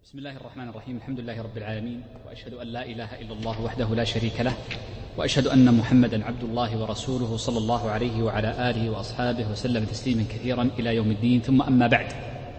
بسم الله الرحمن الرحيم. الحمد لله رب العالمين، وأشهد أن لا إله إلا الله وحده لا شريك له، وأشهد أن محمدا عبد الله ورسوله صلى الله عليه وعلى آله وأصحابه وسلم تسليما كثيرا إلى يوم الدين. ثم أما بعد،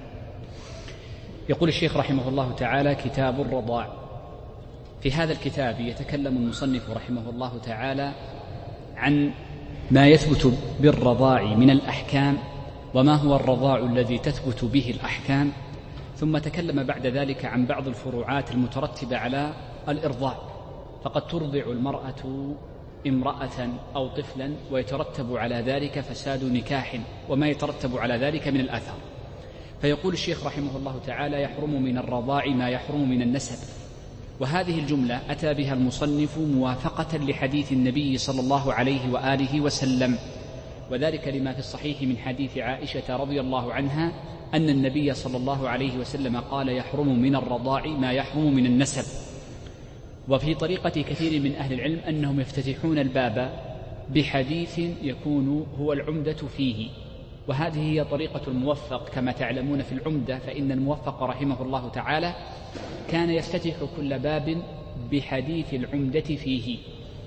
يقول الشيخ رحمه الله تعالى: كتاب الرضاع. في هذا الكتاب يتكلم المصنف رحمه الله تعالى عن ما يثبت بالرضاع من الأحكام، وما هو الرضاع الذي تثبت به الأحكام، ثم تكلم بعد ذلك عن بعض الفروعات المترتبة على الإرضاع، فقد ترضع المرأة امرأة أو طفلا ويترتب على ذلك فساد نكاح وما يترتب على ذلك من الآثار. فيقول الشيخ رحمه الله تعالى: يحرم من الرضاع ما يحرم من النسب. وهذه الجملة أتى بها المصنف موافقة لحديث النبي صلى الله عليه وآله وسلم، وذلك لما في الصحيح من حديث عائشة رضي الله عنها أن النبي صلى الله عليه وسلم قال: يحرم من الرضاع ما يحرم من النسب. وفي طريقة كثير من أهل العلم أنهم يفتتحون الباب بحديث يكون هو العمدة فيه، وهذه هي طريقة الموفق. كما تعلمون في العمدة فإن الموفق رحمه الله تعالى كان يفتتح كل باب بحديث العمدة فيه،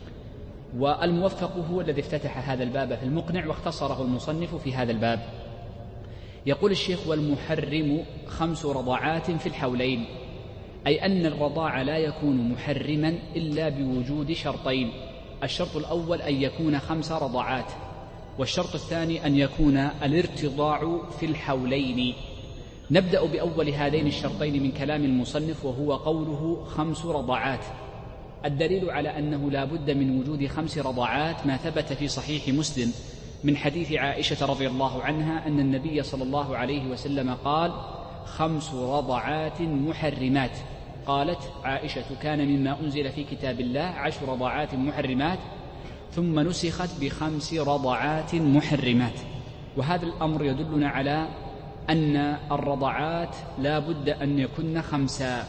والموفق هو الذي افتتح هذا الباب في المقنع واختصره المصنف في هذا الباب. يقول الشيخ: والمحرم 5 رضعات في الحولين، أي أن الرضاع لا يكون محرما إلا بوجود شرطين: الشرط الأول أن يكون 5 رضعات، والشرط الثاني أن يكون الارتضاع في الحولين. نبدأ بأول هذين الشرطين من كلام المصنف، وهو قوله 5 رضعات. الدليل على أنه لا بد من وجود 5 رضعات ما ثبت في صحيح مسلم من حديث عائشة رضي الله عنها أن النبي صلى الله عليه وسلم قال: 5 رضعات محرمات. قالت عائشة: كان مما أنزل في كتاب الله 10 رضعات محرمات، ثم نسخت ب5 رضعات محرمات. وهذا الأمر يدلنا على أن الرضعات لا بد أن يكن 5.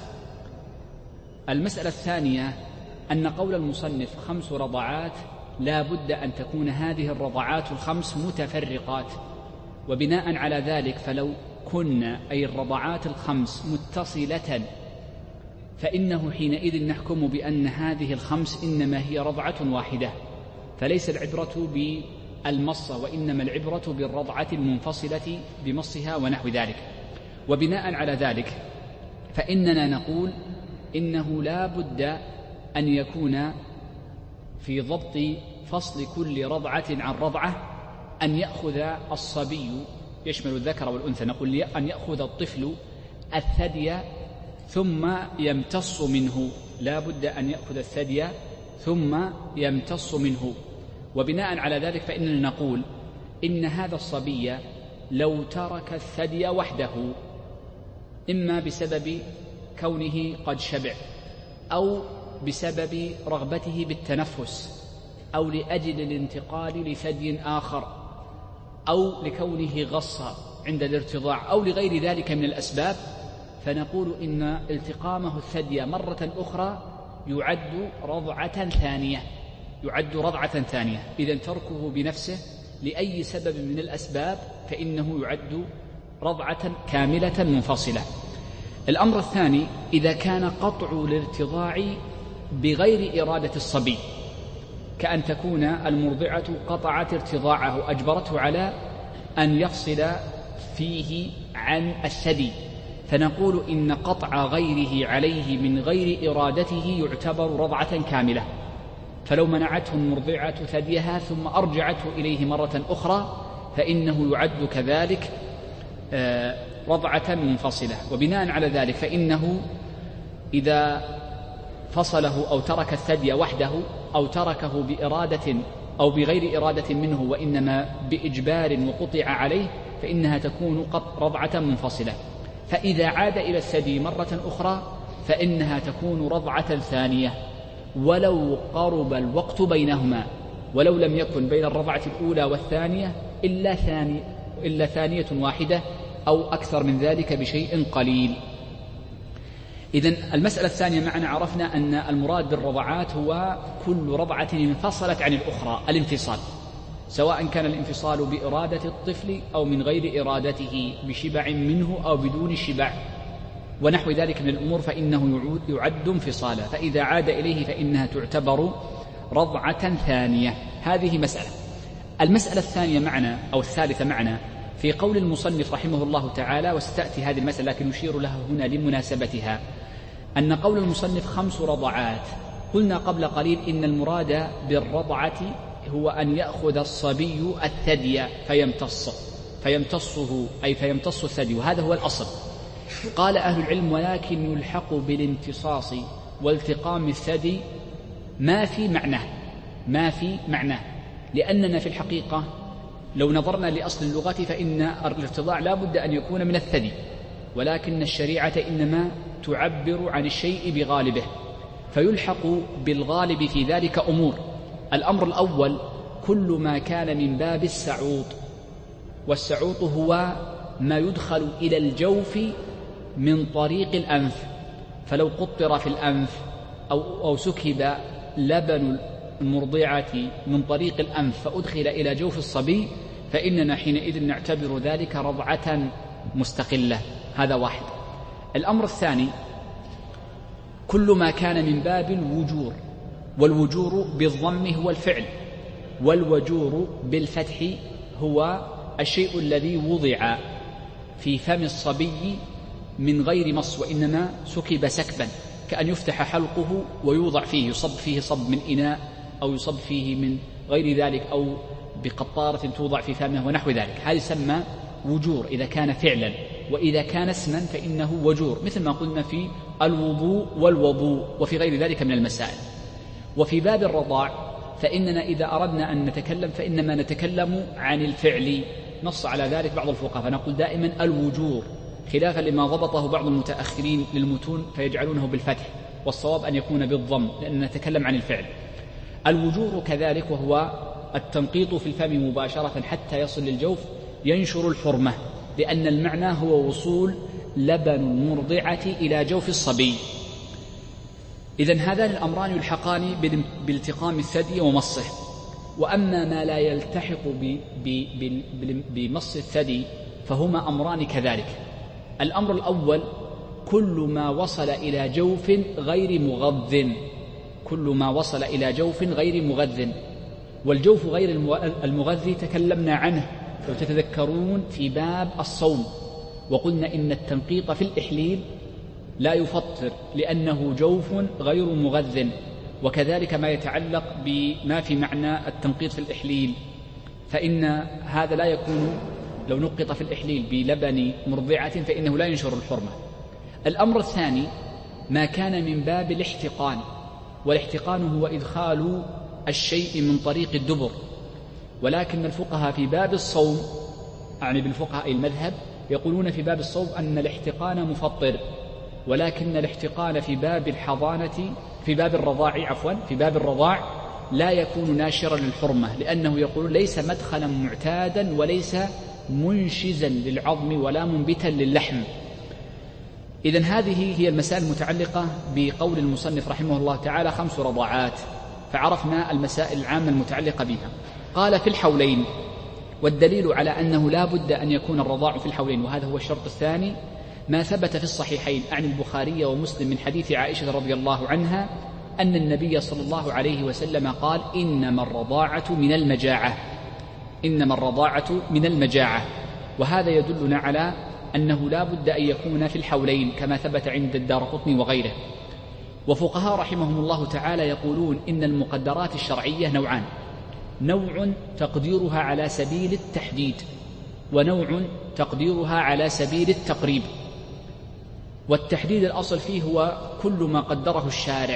المسألة الثانية أن قول المصنف 5 رضعات لا بد أن تكون هذه الرضعات ال5 متفرقات، وبناء على ذلك فلو كنا أي الرضعات ال5 متصلة فإنه حينئذ نحكم بأن هذه ال5 إنما هي رضعة واحدة، فليس العبرة بالمصة، وإنما العبرة بالرضعة المنفصلة بمصها ونحو ذلك. وبناء على ذلك فإننا نقول إنه لا بد أن يكون في ضبط فصل كل رضعة عن رضعة أن يأخذ الصبي، يشمل الذكر والأنثى، نقول أن يأخذ الطفل الثدي ثم يمتص منه، لا بد أن يأخذ الثدي ثم يمتص منه. وبناء على ذلك فإننا نقول إن هذا الصبي لو ترك الثدي وحده، إما بسبب كونه قد شبع، أو بسبب رغبته بالتنفس، أو لأجل الانتقال لثدي آخر، أو لكونه غص عند الارتضاع، أو لغير ذلك من الأسباب، فنقول إن التقامه الثدي مرة أخرى يعد رضعة ثانية. إذن تركه بنفسه لأي سبب من الأسباب فإنه يعد رضعة كاملة منفصلة. الأمر الثاني: إذا كان قطع الارتضاع بغير إرادة الصبي، كأن تكون المرضعة قطعت ارتضاعه، أجبرته على أن يفصل فيه عن الثدي، فنقول إن قطع غيره عليه من غير إرادته يعتبر رضعة كاملة. فلو منعته المرضعة ثديها ثم أرجعته إليه مرة أخرى فإنه يعد كذلك رضعة منفصلة. وبناء على ذلك فإنه إذا فصله أو ترك الثدي وحده، أو تركه بإرادة أو بغير إرادة منه وإنما بإجبار وقطع عليه، فإنها تكون رضعة منفصلة. فإذا عاد إلى الثدي مرة أخرى فإنها تكون رضعة ثانية، ولو قرب الوقت بينهما، ولو لم يكن بين الرضعة الأولى والثانية إلا ثانية واحدة أو أكثر من ذلك بشيء قليل. إذن المسألة الثانية معنا عرفنا أن المراد بالرضعات هو كل رضعة انفصلت عن الأخرى، الانفصال، سواء كان الانفصال بإرادة الطفل أو من غير إرادته، بشبع منه أو بدون شبع. ونحو ذلك من الأمور فإنه يعد انفصالا، فإذا عاد إليه فإنها تعتبر رضعة ثانية. هذه مسألة. المسألة الثانية معنا أو الثالثة معنا في قول المصنف رحمه الله تعالى، وستأتي هذه المسألة لكن نشير لها هنا لمناسبتها، أن قول المصنف 5 رضعات. قلنا قبل قليل إن المراد بالرضعة هو أن يأخذ الصبي الثدي فيمتصه أي فيمتص الثدي، وهذا هو الأصل. قال أهل العلم: ولكن يلحق بالامتصاص والتقام الثدي ما في معناه، لأننا في الحقيقة لو نظرنا لأصل اللغة فإن الارتضاع لا بد أن يكون من الثدي، ولكن الشريعة إنما تعبر عن الشيء بغالبه، فيلحق بالغالب في ذلك أمور. الأمر الأول: كل ما كان من باب السعوط، والسعوط هو ما يدخل إلى الجوف من طريق الأنف، فلو قطر في الأنف أو سكب لبن المرضعة من طريق الأنف فأدخل إلى جوف الصبي فإننا حينئذ نعتبر ذلك رضعة مستقلة. هذا واحد. الأمر الثاني: كل ما كان من باب الوجور، والوجور بالضم هو الفعل، والوجور بالفتح هو الشيء الذي وضع في فم الصبي من غير مص، وإنما سكب سكبا، كأن يفتح حلقه ويوضع فيه، يصب فيه صب من إناء أو يصب فيه من غير ذلك، أو بقطارة توضع في فمه ونحو ذلك. هذا يسمى وجور إذا كان فعلا، وإذا كان اسما فإنه وجور، مثل ما قلنا في الوضوء والوضوء وفي غير ذلك من المسائل. وفي باب الرضاع فإننا إذا أردنا أن نتكلم فإنما نتكلم عن الفعل، نص على ذلك بعض الفقهاء، فنقول دائما الوجور، خلافا لما ضبطه بعض المتأخرين للمتون فيجعلونه بالفتح، والصواب أن يكون بالضم لأن نتكلم عن الفعل. الوجور كذلك، وهو التنقيط في الفم مباشرة حتى يصل للجوف، ينشر الحرمة، لأن المعنى هو وصول لبن المرضعة إلى جوف الصبي. إذن هذان الأمران يلحقان بالتقام الثدي ومصه. وأما ما لا يلتحق بمص الثدي فهما أمران كذلك. الأمر الأول: كل ما وصل إلى جوف غير مغذ، كل ما وصل إلى جوف غير مغذ. والجوف غير المغذي تكلمنا عنه لو تتذكرون في باب الصوم، وقلنا إن التنقيط في الإحليل لا يفطر لأنه جوف غير مغذ، وكذلك ما يتعلق بما في معنى التنقيط في الإحليل، فإن هذا لا يكون لو نقط في الإحليل بلبن مرضعة فإنه لا ينشر الحرمة. الأمر الثاني: ما كان من باب الاحتقان، والاحتقان هو إدخال الشيء من طريق الدبر، ولكن الفقهاء في باب الصوم، أعني بالفقهاء المذهب، يقولون في باب الصوم أن الاحتقان مفطر، ولكن الاحتقان في باب الحضانة في باب الرضاع لا يكون ناشرا للحرمة، لأنه يقول ليس مدخلا معتادا وليس منشزا للعظم ولا منبتا للحم. إذن هذه هي المسائل المتعلقة بقول المصنف رحمه الله تعالى 5 رضاعات، فعرفنا المسائل العامة المتعلقة بها. قال: في الحولين. والدليل على أنه لا بد أن يكون الرضاع في الحولين، وهذا هو الشرط الثاني، ما ثبت في الصحيحين عن البخاري ومسلم من حديث عائشة رضي الله عنها أن النبي صلى الله عليه وسلم قال: إنما الرضاعة من المجاعة. وهذا يدلنا على أنه لا بد أن يكون في الحولين كما ثبت عند الدارقطني وغيره. وفقهاء رحمهم الله تعالى يقولون إن المقدرات الشرعية نوعان: نوع تقديرها على سبيل التحديد، ونوع تقديرها على سبيل التقريب. والتحديد الأصل فيه هو كل ما قدره الشارع،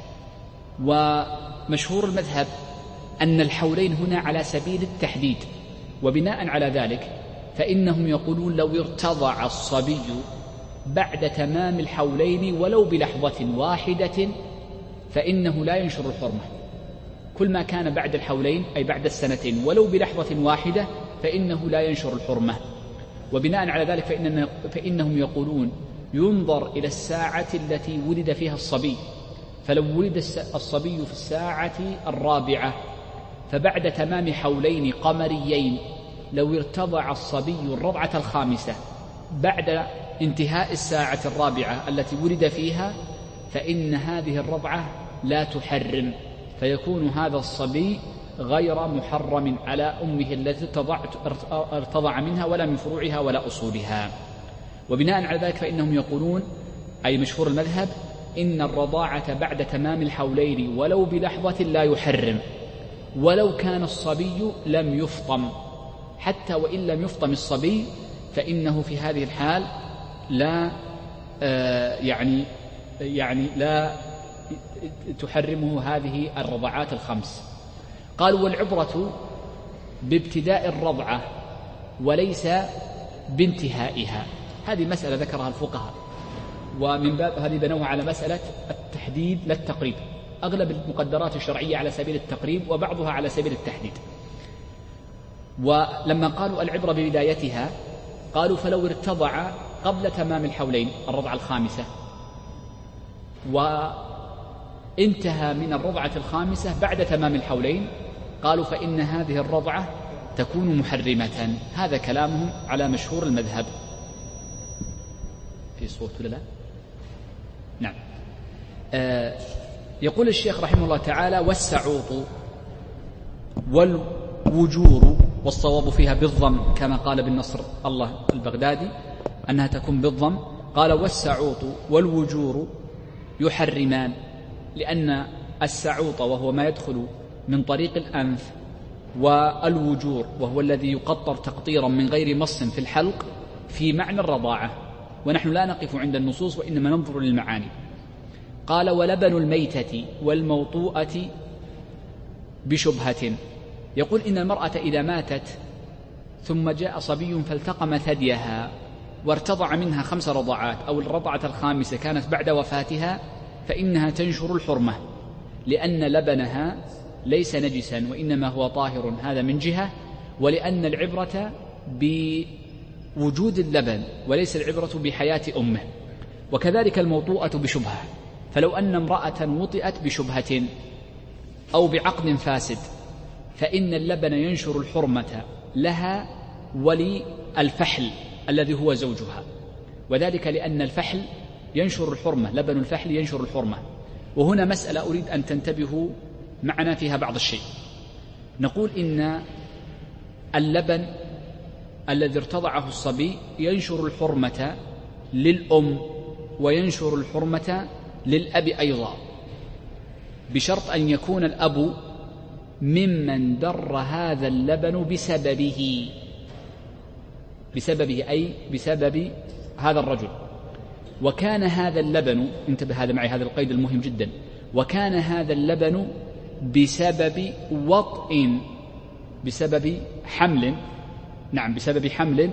ومشهور المذهب أن الحولين هنا على سبيل التحديد، وبناء على ذلك فإنهم يقولون لو ارتضع الصبي بعد تمام الحولين ولو بلحظة واحدة فإنه لا ينشر الحرمة. كل ما كان بعد الحولين أي بعد السنتين ولو بلحظة واحدة فإنه لا ينشر الحرمة. وبناء على ذلك فإنهم يقولون ينظر إلى الساعة التي ولد فيها الصبي، فلو ولد الصبي في الساعة 4 فبعد تمام حولين قمريين لو ارتضع الصبي الرضعة 5 بعد انتهاء الساعة الرابعة التي ولد فيها فإن هذه الرضعة لا تحرم، فيكون هذا الصبي غير محرم على أمه التي ارتضع منها ولا من فروعها ولا أصولها. وبناء على ذلك فإنهم يقولون، أي مشهور المذهب، إن الرضاعة بعد تمام الحولين ولو بلحظة لا يحرم، ولو كان الصبي لم يفطم، حتى وإن لم يفطم الصبي فإنه في هذه الحال لا يعني لا تحرمه هذه الرضعات الخمس. قالوا والعبرة بابتداء الرضعة وليس بانتهائها. هذه مسألة ذكرها الفقهاء، ومن باب هذه بنوها على مسألة التحديد لا التقريب. أغلب المقدرات الشرعية على سبيل التقريب وبعضها على سبيل التحديد. ولما قالوا العبرة ببدايتها قالوا فلو ارتضع قبل تمام الحولين الرضعة الخامسة وانتهى من الرضعة الخامسة بعد تمام الحولين قالوا فإن هذه الرضعة تكون محرمة. هذا كلامهم على مشهور المذهب. في صوت ولا لا؟ نعم. يقول الشيخ رحمه الله تعالى: والسعوط والوجور، والصواب فيها بالضم كما قال بالنصر الله البغدادي أنها تكون بالضم. قال: والسعوط والوجور يحرمان، لأن السعوط وهو ما يدخل من طريق الأنف، والوجور وهو الذي يقطر تقطيرا من غير مص في الحلق، في معنى الرضاعة، ونحن لا نقف عند النصوص وإنما ننظر للمعاني. قال: ولبن الميتة والموطوءة بشبهة. يقول إن المرأة إذا ماتت ثم جاء صبي فالتقم ثديها وارتضع منها 5 رضعات، أو الرضعة الخامسة كانت بعد وفاتها، فإنها تنشر الحرمة، لأن لبنها ليس نجسا وإنما هو طاهر، هذا من جهة، ولأن العبرة بوجود اللبن وليس العبرة بحياة أمه. وكذلك الموطوءة بشبهة، فلو أن امرأة وطئت بشبهة أو بعقد فاسد فإن اللبن ينشر الحرمة لها وللفحل الذي هو زوجها، وذلك لأن الفحل ينشر الحرمة، لبن الفحل ينشر الحرمة. وهنا مسألة أريد أن تنتبهوا معنا فيها بعض الشيء. نقول إن اللبن الذي ارتضعه الصبي ينشر الحرمة للأم وينشر الحرمة للأب أيضا، بشرط أن يكون الأب ممن در هذا اللبن بسببه أي بسبب هذا الرجل. وكان هذا اللبن، انتبه هذا معي، هذا القيد المهم جدا، وكان هذا اللبن بسبب وطئ، بسبب حمل، نعم بسبب حمل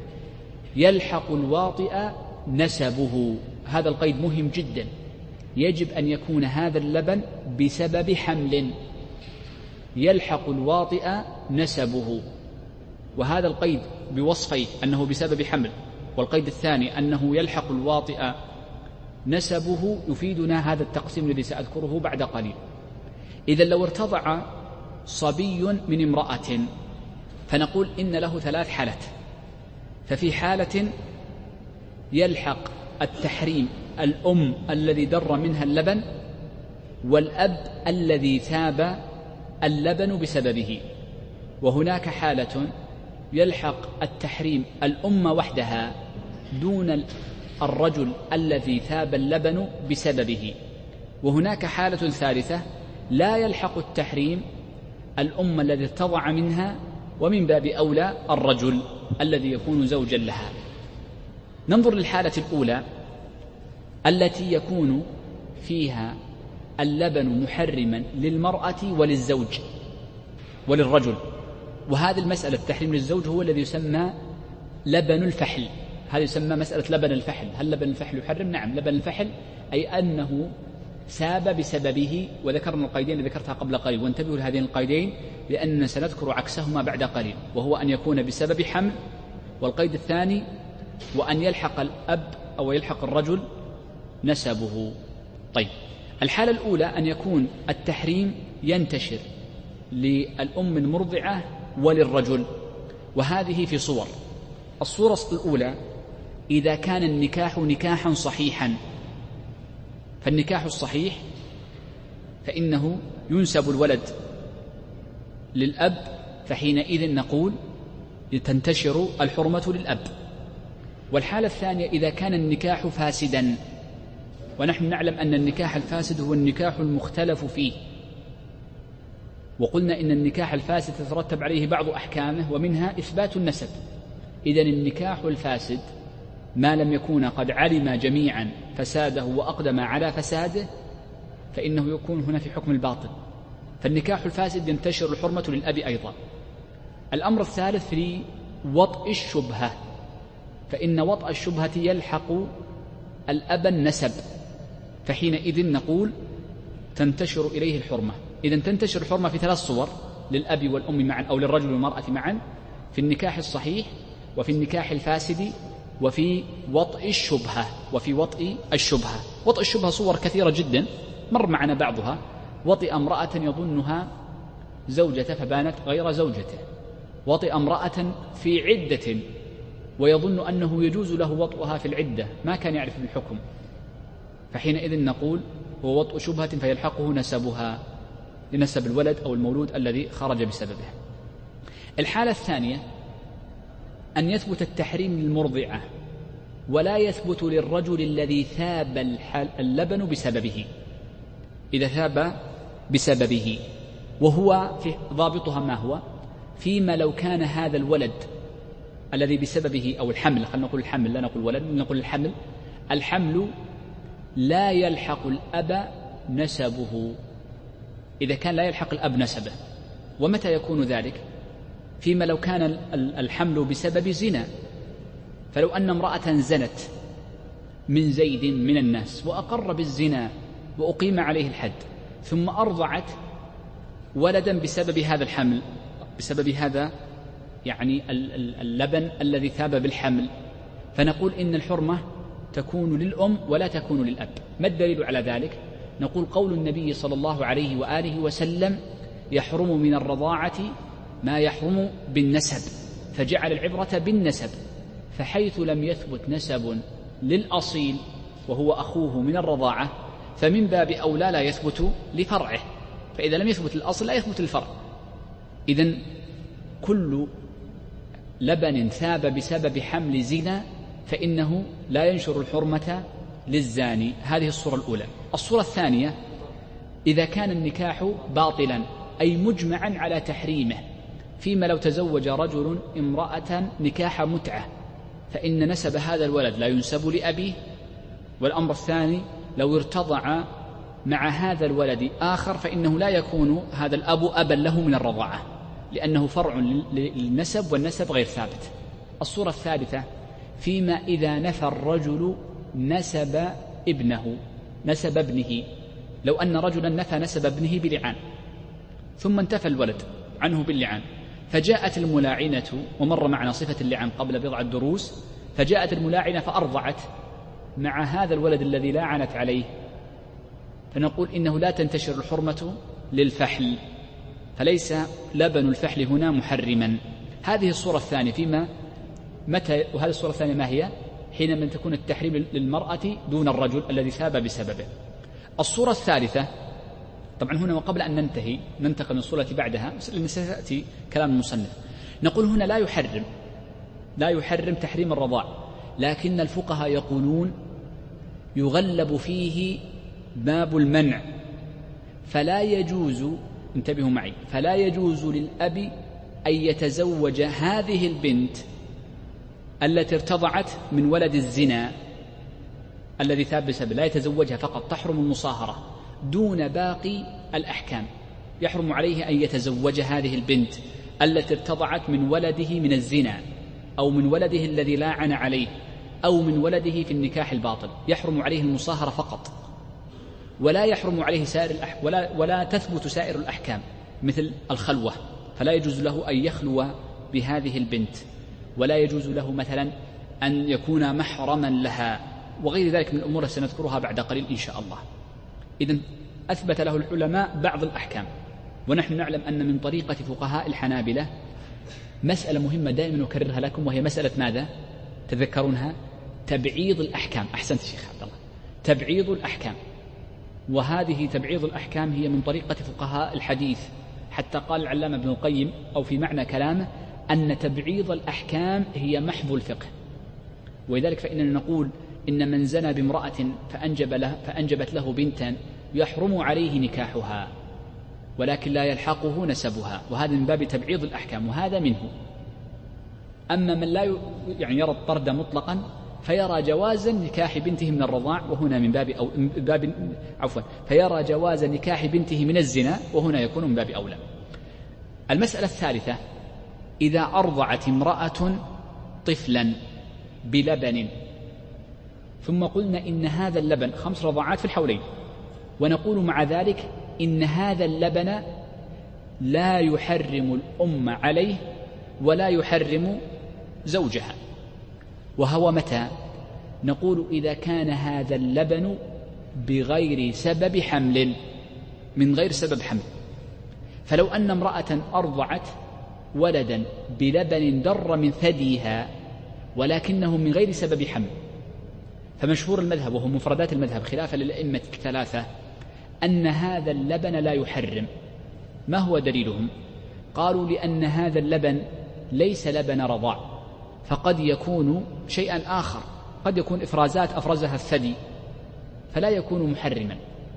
يلحق الواطئ نسبه. هذا القيد مهم جدا، يجب أن يكون هذا اللبن بسبب حمل يلحق الواطئ نسبه. وهذا القيد بوصفين، أنه بسبب حمل، والقيد الثاني أنه يلحق الواطئ نسبه، يفيدنا هذا التقسيم الذي سأذكره بعد قليل. إذا لو ارتضع صبي من امرأة فنقول إن له 3 حالات. ففي حالة يلحق التحريم الأم الذي در منها اللبن، والأب الذي ثاب اللبن بسببه. وهناك حالة يلحق التحريم الأم وحدها دون الرجل الذي ثاب اللبن بسببه. وهناك حالة ثالثة لا يلحق التحريم الأم الذي ارتضع منها، ومن باب أولى الرجل الذي يكون زوجا لها. ننظر للحالة الأولى التي يكون فيها اللبن محرما للمرأة وللزوج وللرجل. وهذه المسألة التحريم للزوج هو الذي يسمى لبن الفحل، هذا يسمى مسألة لبن الفحل. هل لبن الفحل يحرم؟ نعم، لبن الفحل أي أنه ساب بسببه. وذكرنا القيدين اللي ذكرتها قبل قليل، وانتبهوا لهذين القيدين لأننا سنذكر عكسهما بعد قليل، وهو أن يكون بسبب حمل، والقيد الثاني وأن يلحق الأب أو يلحق الرجل نسبه. طيب، الحالة الأولى أن يكون التحريم ينتشر للأم المرضعة وللرجل، وهذه في صور. الصورة الأولى إذا كان النكاح نكاحا صحيحا. فالنكاح الصحيح فإنه ينسب الولد للأب، فحينئذ نقول تنتشر الحرمة للأب. والحالة الثانية إذا كان النكاح فاسدا، ونحن نعلم أن النكاح الفاسد هو النكاح المختلف فيه، وقلنا إن النكاح الفاسد تترتب عليه بعض أحكامه ومنها إثبات النسب. إذن النكاح الفاسد ما لم يكون قد علم جميعا فساده وأقدم على فساده فإنه يكون هنا في حكم الباطل. فالنكاح الفاسد ينتشر الحرمة للأب أيضا. الأمر الثالث في وطء الشبهة، فإن وطء الشبهة يلحق الأب النسب، فحينئذ نقول تنتشر إليه الحرمة. إذن تنتشر الحرمة في 3 صور للأب والأم معا أو للرجل والمرأة معا، في النكاح الصحيح وفي النكاح الفاسد وفي وطء الشبهة. وطء الشبهة صور كثيرة جدا مر معنا بعضها: وطئ امرأة يظنها زوجة فبانت غير زوجته، وطئ امرأة في عدة ويظن أنه يجوز له وطئها في العدة ما كان يعرف بالحكم، فحينئذ نقول هو وطء شبهة فيلحقه نسبها لنسب الولد أو المولود الذي خرج بسببه. الحالة الثانية أن يثبت التحريم للمرضعة ولا يثبت للرجل الذي ثاب اللبن بسببه، إذا ثاب بسببه، وهو في ضابطها ما هو؟ فيما لو كان هذا الولد الذي بسببه أو الحمل، خلينا نقول الحمل لا نقول ولد، نقول الحمل لا يلحق الأب نسبه، إذا كان لا يلحق الأب نسبه. ومتى يكون ذلك؟ فيما لو كان الحمل بسبب زنا، فلو أن امرأة زنت من زيد من الناس وأقر بالزنا وأقيم عليه الحد، ثم أرضعت ولدا بسبب هذا الحمل، بسبب هذا يعني اللبن الذي ثاب بالحمل، فنقول إن الحرمة تكون للأم ولا تكون للأب. ما الدليل على ذلك؟ نقول قول النبي صلى الله عليه وآله وسلم: يحرم من الرضاعة ما يحرم بالنسب، فجعل العبرة بالنسب، فحيث لم يثبت نسب للأصيل وهو أخوه من الرضاعة فمن باب أولى لا يثبت لفرعه، فإذا لم يثبت الأصل لا يثبت الفرع. إذن كل لبن ثاب بسبب حمل زنا فإنه لا ينشر الحرمة للزاني. هذه الصورة الأولى. الصورة الثانية: إذا كان النكاح باطلا أي مجمعا على تحريمه، فيما لو تزوج رجل امرأة نكاح متعة فإن نسب هذا الولد لا ينسب لأبيه. والأمر الثاني: لو ارتضع مع هذا الولد آخر فإنه لا يكون هذا الأب أبا له من الرضاعة، لأنه فرع للنسب والنسب غير ثابت. الصورة الثالثة: فيما إذا نفى الرجل نسب ابنه، نسب ابنه، لو أن رجلا نفى نسب ابنه بلعان ثم انتفى الولد عنه باللعان، فجاءت الملاعنة، ومر معنا صفة اللعان قبل بضعة دروس، فجاءت الملاعنة فأرضعت مع هذا الولد الذي لاعنت عليه، فنقول إنه لا تنتشر الحرمة للفحل، فليس لبن الفحل هنا محرما. هذه الصورة الثانية. فيما متى؟ وهذه الصورة الثانية ما هي؟ حينما تكون التحريم للمرأة دون الرجل الذي ثاب بسببه. الصورة الثالثة، طبعا هنا وقبل أن ننتقل من الصورة بعدها لأن سيأتي كلام المصنف، نقول هنا لا يحرم تحريم الرضاع، لكن الفقهاء يقولون يغلب فيه باب المنع، فلا يجوز، انتبهوا معي، فلا يجوز للأب أن يتزوج هذه البنت التي ارتضعت من ولد الزنا الذي ثاب بسبب، لا يتزوجها فقط، تحرم المصاهرة دون باقي الأحكام. يحرم عليه أن يتزوج هذه البنت التي ارتضعت من ولده من الزنا، أو من ولده الذي لاعن عليه، أو من ولده في النكاح الباطل، يحرم عليه المصاهرة فقط، ولا يحرم عليه ولا تثبت سائر الأحكام مثل الخلوة، فلا يجوز له أن يخلو بهذه البنت، ولا يجوز له مثلا أن يكون محرما لها، وغير ذلك من الأمور سنذكرها بعد قليل إن شاء الله. إذن أثبت له العلماء بعض الأحكام، ونحن نعلم أن من طريقة فقهاء الحنابلة مسألة مهمة دائما أكررها لكم، وهي مسألة ماذا؟ تذكرونها؟ تبعيض الأحكام. أحسنت شيخ عبد الله، تبعيض الأحكام. وهذه تبعيض الأحكام هي من طريقة فقهاء الحديث، حتى قال العلامة ابن القيم أو في معنى كلامه أن تبعيض الأحكام هي محض الفقه. ولذلك فإننا نقول إن من زنى بامرأة فأنجبت له بنتا يحرم عليه نكاحها ولكن لا يلحقه نسبها، وهذا من باب تبعيض الأحكام، وهذا منه. أما من لا يرى الطرد مطلقا فيرى جواز نكاح بنته من الرضاع، وهنا من باب فيرى جواز نكاح بنته من الزنا، وهنا يكون من باب أولى. المسألة الثالثة: إذا أرضعت امرأة طفلا بلبن ثم قلنا إن هذا اللبن 5 رضعات في الحولين، ونقول مع ذلك إن هذا اللبن لا يحرم الأم عليه ولا يحرم زوجها، وهو متى؟ نقول إذا كان هذا اللبن بغير سبب حمل، من غير سبب حمل. فلو أن امرأة أرضعت ولدا بلبن در من ثديها ولكنه من غير سبب حمل، فمشهور المذهب وهو مفردات المذهب خلافا للأئمة الثلاثة أن هذا اللبن لا يحرم. ما هو دليلهم؟ قالوا لأن هذا اللبن ليس لبن رضاع، فقد يكون شيئا آخر، قد يكون إفرازات أفرزها الثدي فلا يكون محرما.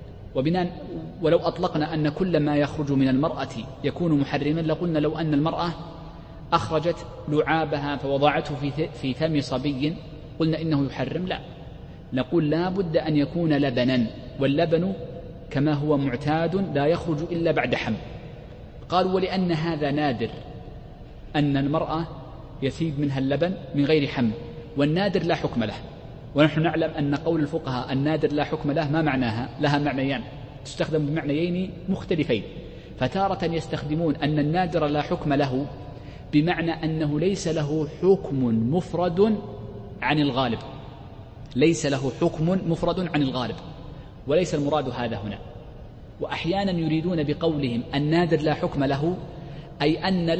ولو أطلقنا أن كل ما يخرج من المرأة يكون محرما لقلنا لو أن المرأة أخرجت لعابها فوضعته في فم صبي قلنا إنه يحرم. لا، نقول لا بد أن يكون لبنا، واللبن كما هو معتاد لا يخرج إلا بعد حمل. قالوا ولأن هذا نادر أن المرأة يثيب منها اللبن من غير حمل، والنادر لا حكم له. ونحن نعلم أن قول الفقهاء النادر لا حكم له ما معناها؟ لها معنيان تستخدم بمعنيين مختلفين. فتارة يستخدمون أن النادر لا حكم له بمعنى أنه ليس له حكم مفرد عن الغالب، ليس له حكم مفرد عن الغالب، وليس المراد هذا هنا. وأحيانا يريدون بقولهم النادر لا حكم له أي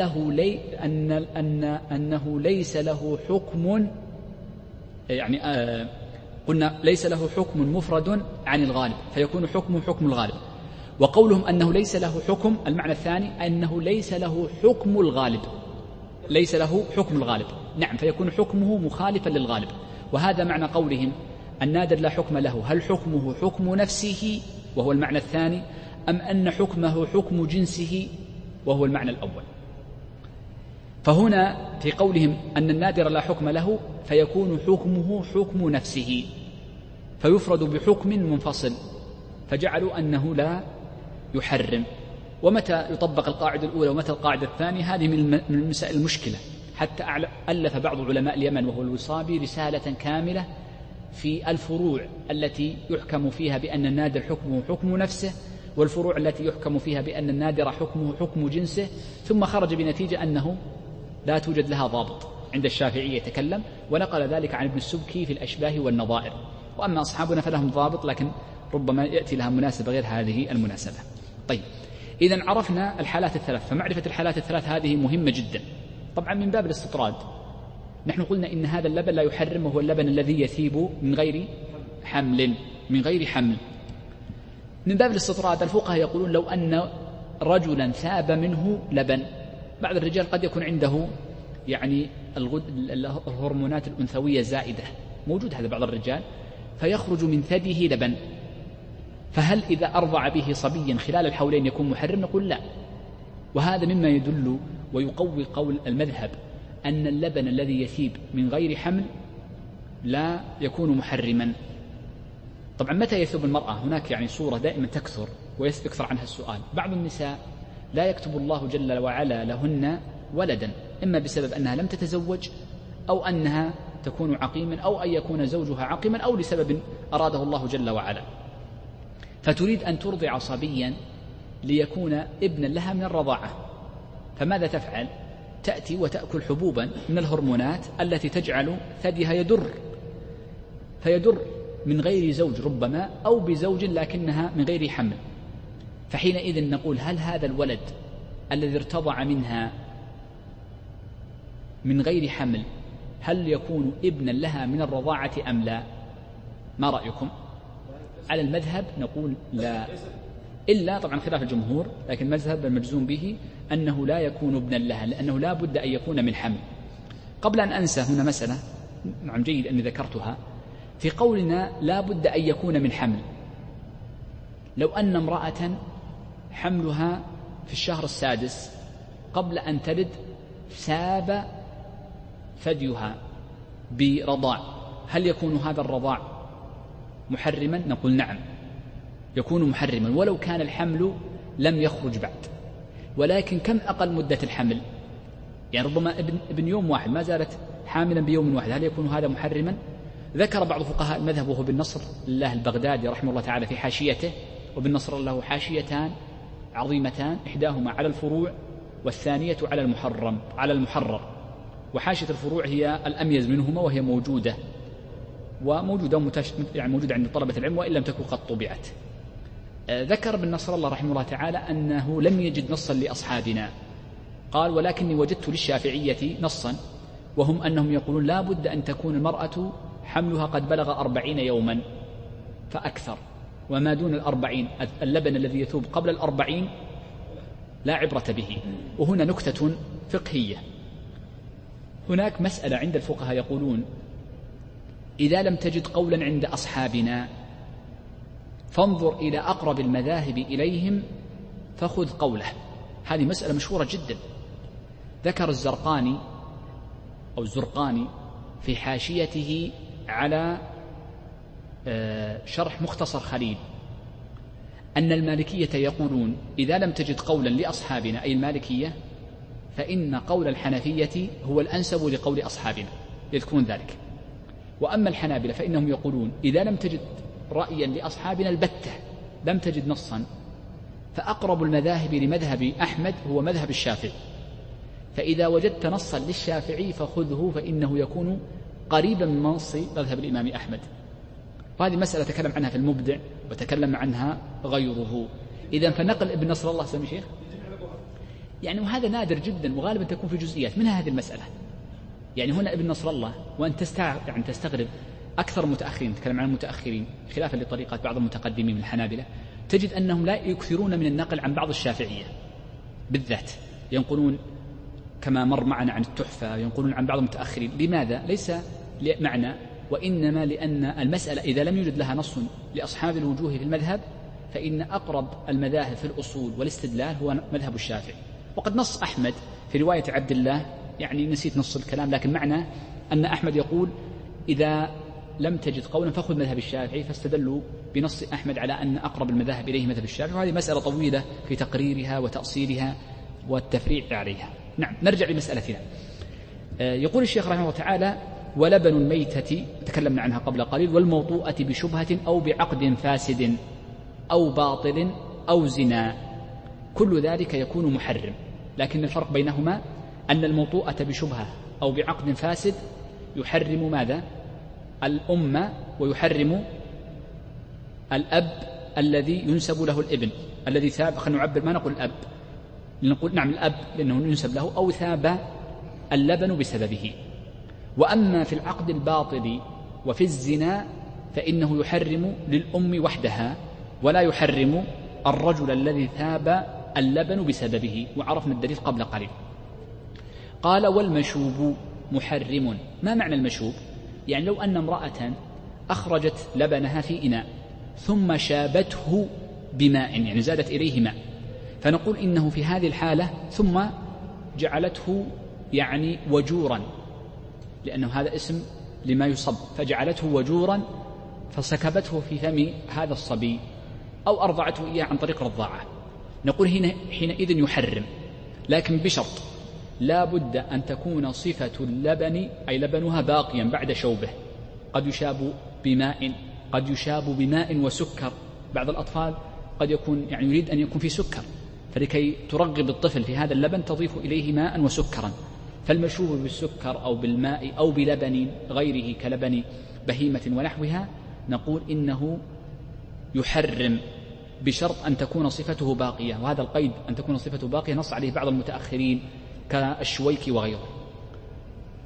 أنه ليس له حكم، يعني قلنا ليس له حكم مفرد عن الغالب فيكون حكم الغالب. وقولهم أنه ليس له حكم المعنى الثاني أنه ليس له حكم الغالب، ليس له حكم الغالب، نعم، فيكون حكمه مخالفا للغالب. وهذا معنى قولهم النادر لا حكم له، هل حكمه حكم نفسه وهو المعنى الثاني، أم أن حكمه حكم جنسه وهو المعنى الأول. فهنا في قولهم أن النادر لا حكم له فيكون حكمه حكم نفسه فيفرد بحكم منفصل، فجعلوا أنه لا يحرم. ومتى يطبق القاعدة الأولى ومتى القاعدة الثانية؟ هذه من المسائل المشكلة. حتى ألف بعض علماء اليمن وهو الوصابي رسالة كاملة في الفروع التي يحكم فيها بأن النادر حكمه حكم نفسه، والفروع التي يحكم فيها بأن النادر حكمه حكم جنسه، ثم خرج بنتيجة أنه لا توجد لها ضابط. عند الشافعية يتكلم، ونقل ذلك عن ابن السبكي في الأشباه والنظائر. وأما أصحابنا فلهم ضابط، لكن ربما يأتي لها مناسبة غير هذه المناسبة. طيب، إذن عرفنا الحالات الثلاث، فمعرفة الحالات الثلاث هذه مهمة جدا. طبعا من باب الاستطراد نحن قلنا إن هذا اللبن لا يحرم، وهو اللبن الذي يثيب من غير حمل، من غير حمل. من باب الاستطراد الفقهاء يقولون لو أن رجلا ثاب منه لبن، بعض الرجال قد يكون عنده يعني الهرمونات الأنثوية زائدة، موجود هذا بعض الرجال، فيخرج من ثديه لبن، فهل إذا أرضع به صبيا خلال الحولين يكون محرم؟ نقول لا. وهذا مما يدل ويقوي قول المذهب أن اللبن الذي يثيب من غير حمل لا يكون محرما. طبعا متى يثيب المرأة؟ هناك يعني صورة دائما تكثر ويكثر عنها السؤال. بعض النساء لا يكتب الله جل وعلا لهن ولدا، إما بسبب أنها لم تتزوج، أو أنها تكون عقيما، أو أن يكون زوجها عقيما، أو لسبب أراده الله جل وعلا، فتريد أن ترضع صبيا ليكون ابنا لها من الرضاعة. فماذا تفعل؟ تأتي وتأكل حبوبا من الهرمونات التي تجعل ثديها فيدر من غير زوج ربما، أو بزوج لكنها من غير حمل. فحينئذ نقول هل هذا الولد الذي ارتضع منها من غير حمل هل يكون ابنا لها من الرضاعة أم لا؟ ما رأيكم؟ على المذهب نقول لا، إلا طبعا خلاف الجمهور، لكن المذهب المجزوم به أنه لا يكون ابنا لها، لأنه لا بد أن يكون من حمل. قبل أن أنسى هنا مسألة، نعم جيد أني ذكرتها، في قولنا لا بد أن يكون من حمل، لو أن امرأة حملها في الشهر السادس قبل أن تلد ساب ثديها برضاع، هل يكون هذا الرضاع محرما؟ نقول نعم يكون محرما ولو كان الحمل لم يخرج بعد. ولكن كم أقل مدة الحمل؟ يعني ربما ابن يوم واحد، ما زالت حاملا بيوم واحد، هل يكون هذا محرما؟ ذكر بعض فقهاء المذهب وهو بن نصر الله البغدادي رحمه الله تعالى في حاشيته، وبن نصر له حاشيتان عظيمتان، إحداهما على الفروع والثانية على المحرر، وحاشية الفروع هي الأميز منهما وهي موجودة يعني موجودة عند طلبة العلم وإن لم تكن قد طبعت. ذكر ابن نصر الله رحمه الله تعالى أنه لم يجد نصا لأصحابنا، قال ولكني وجدت للشافعية نصا، وهم أنهم يقولون لا بد أن تكون المرأة حملها قد بلغ 40 يوما فأكثر، وما دون 40 اللبن الذي يثوب قبل 40 لا عبرة به. وهنا نكتة فقهية، هناك مسألة عند الفقهاء يقولون إذا لم تجد قولا عند أصحابنا فانظر إلى أقرب المذاهب إليهم فخذ قوله. هذه مسألة مشهورة جدا، ذكر الزرقاني في حاشيته على شرح مختصر خليل أن المالكية يقولون إذا لم تجد قولا لأصحابنا أي المالكية فإن قول الحنفية هو الأنسب لقول أصحابنا، يذكرون ذلك. وأما الحنابلة فإنهم يقولون إذا لم تجد رأيا لأصحابنا البتة، لم تجد نصا، فأقرب المذاهب لمذهب أحمد هو مذهب الشافعي، فإذا وجدت نصا للشافعي فخذه فإنه يكون قريبا من نص مذهب الإمام أحمد. وهذه مسألة تكلم عنها في المبدع وتكلم عنها غيره. إذن فنقل ابن نصر الله سمي شيخ يعني، وهذا نادر جدا وغالبا تكون في جزئيات منها هذه المسألة. يعني هنا ابن نصر الله، وأن تستغرب أكثر المتأخرين، تكلم عن المتأخرين خلافا لطريقة بعض المتقدمين من الحنابلة، تجد أنهم لا يكثرون من النقل عن بعض الشافعية بالذات، ينقلون كما مر معنا عن التحفة، ينقلون عن بعض المتأخرين. لماذا؟ ليس معنى، وإنما لأن المسألة إذا لم يوجد لها نص لأصحاب الوجوه في المذهب فإن أقرب المذاهب في الأصول والاستدلال هو مذهب الشافعي. وقد نص أحمد في رواية عبد الله، يعني نسيت نص الكلام، لكن معنى أن أحمد يقول إذا لم تجد قولا فخذ مذهب الشافعي، فاستدلوا بنص أحمد على أن أقرب المذاهب إليه مذهب الشافعي. وهذه مسألة طويلة في تقريرها وتأصيلها والتفريع عليها. نعم، نرجع لمسألتنا. يقول الشيخ رحمه الله تعالى ولبن الميتة تكلمنا عنها قبل قليل، والموطوءة بشبهة أو بعقد فاسد أو باطل أو زنا، كل ذلك يكون محرم. لكن الفرق بينهما أن الموطوءة بشبهة أو بعقد فاسد يحرم ماذا؟ الأم، ويحرم الأب الذي ينسب له الابن الذي ثاب، خلينا نعبر ما نقول الأب، نقول نعم الأب لأنه ينسب له، أو ثاب اللبن بسببه. وأما في العقد الباطل وفي الزنا فإنه يحرم للأم وحدها، ولا يحرم الرجل الذي ثاب اللبن بسببه، وعرفنا الدليل قبل قليل. قال والمشوب محرم. ما معنى المشوب؟ يعني لو أن امرأة أخرجت لبنها في إناء ثم شابته بماء، يعني زادت إليه ماء، فنقول إنه في هذه الحالة ثم جعلته يعني وجورا، لأنه هذا اسم لما يصب، فجعلته وجورا فسكبته في فم هذا الصبي أو أرضعته إياه عن طريق رضاعة، نقول حينئذ يحرم، لكن بشرط لا بد أن تكون صفة اللبن أي لبنها باقيا بعد شوبه، قد يشاب بماء، قد يشاب بماء وسكر. بعض الأطفال قد يكون يعني يريد أن يكون في سكر، فلكي ترغب الطفل في هذا اللبن تضيف إليه ماء وسكرا، فالمشوب بالسكر أو بالماء أو بلبن غيره كلبن بهيمة ونحوها نقول إنه يحرم بشرط أن تكون صفته باقية. وهذا القيد أن تكون صفته باقية نص عليه بعض المتأخرين كالشويكي وغيره.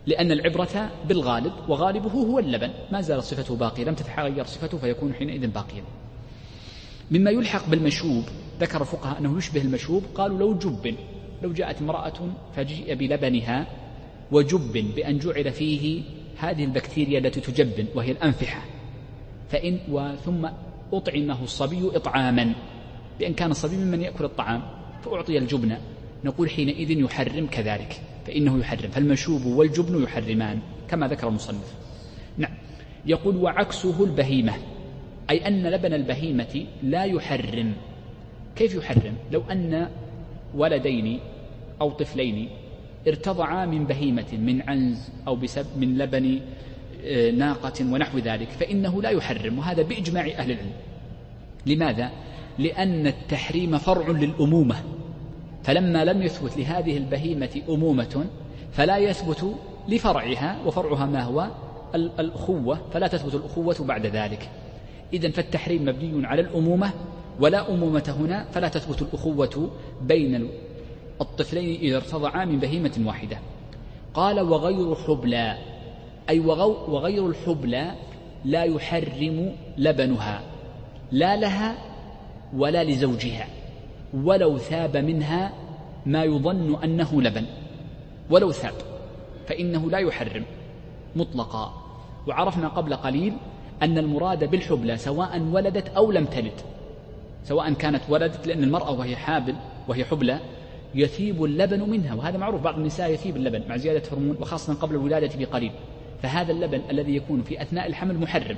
لأن العبرة بالغالب، وغالبه هو اللبن، ما زالت صفته باقية، لم تتغير صفته فيكون حينئذ باقيا. مما يلحق بالمشوب، ذكر الفقهاء أنه يشبه المشوب، قالوا لو جاءت امرأة فجيء بلبنها وجب بأن جعل فيه هذه البكتيريا التي تجبن وهي الأنفحة، ثم أطعمه الصبي إطعاما، بأن كان الصبي ممن يأكل الطعام فأعطي الجبن، نقول حينئذ يحرم كذلك، فإنه يحرم، فالمشوب والجبن يحرمان كما ذكر المصنف. نعم. يقول وعكسه البهيمة، أي أن لبن البهيمة لا يحرم. كيف يحرم؟ لو أن ولدين أو طفلين ارتضعا من بهيمة، من عنز أو من لبن ناقة ونحو ذلك، فإنه لا يحرم، وهذا بإجماع أهل العلم. لماذا؟ لأن التحريم فرع للأمومة، فلما لم يثبت لهذه البهيمة أمومة فلا يثبت لفرعها، وفرعها ما هو؟ الأخوة، فلا تثبت الأخوة بعد ذلك. إذن فالتحريم مبني على الأمومة، ولا أمومة هنا، فلا تثبت الأخوة بين الطفلين إذا ارتضعا من بهيمة واحدة. قال وغير حبلى، أي وغير الحبلى لا يحرم لبنها، لا لها ولا لزوجها، ولو ثاب منها ما يظن أنه لبن، ولو ثاب فإنه لا يحرم مطلقا. وعرفنا قبل قليل أن المراد بالحبلى سواء ولدت أو لم تلد، سواء كانت ولدت، لأن المرأة وهي حابل وهي حبلى يثيب اللبن منها، وهذا معروف، بعض النساء يثيب اللبن مع زيادة هرمون، وخاصة قبل الولادة بقليل، فهذا اللبن الذي يكون في أثناء الحمل محرم،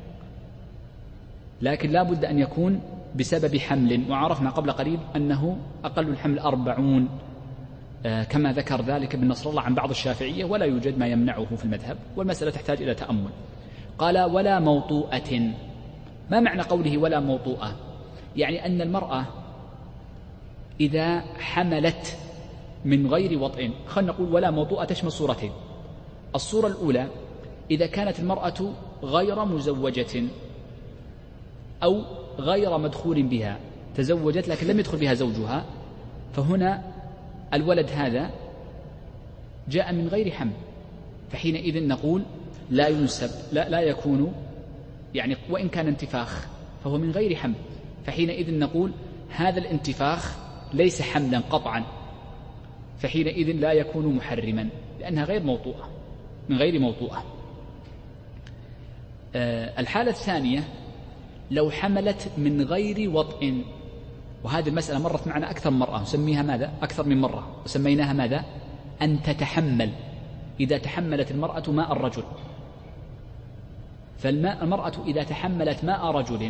لكن لا بد أن يكون بسبب حمل، وعرفنا قبل قليل أنه أقل الحمل 40 كما ذكر ذلك ابن نصر الله عن بعض الشافعية، ولا يوجد ما يمنعه في المذهب، والمسألة تحتاج إلى تأمل. قال ولا موطوءة. ما معنى قوله ولا موطوءة؟ يعني أن المرأة إذا حملت من غير وطئ، خلينا نقول ولا موطوءة تشمل صورتين. الصورة الأولى إذا كانت المرأة غير مزوجة أو غير مدخول بها، تزوجت لكن لم يدخل بها زوجها، فهنا الولد هذا جاء من غير حمل، فحينئذ نقول لا ينسب، لا يكون، يعني وإن كان انتفاخ فهو من غير حمل، فحينئذ نقول هذا الانتفاخ ليس حملا قطعا، فحينئذ لا يكون محرما لأنها غير موطوءة، من غير موطوءة. الحالة الثانية لو حملت من غير وطئ، وهذه المسألة مرت معنا أكثر من مرة، نسميها ماذا؟ أكثر من مرة، وسميناها ماذا؟ أن تتحمل. إذا تحملت المرأة ماء الرجل، فالمرأة إذا تحملت ماء رجل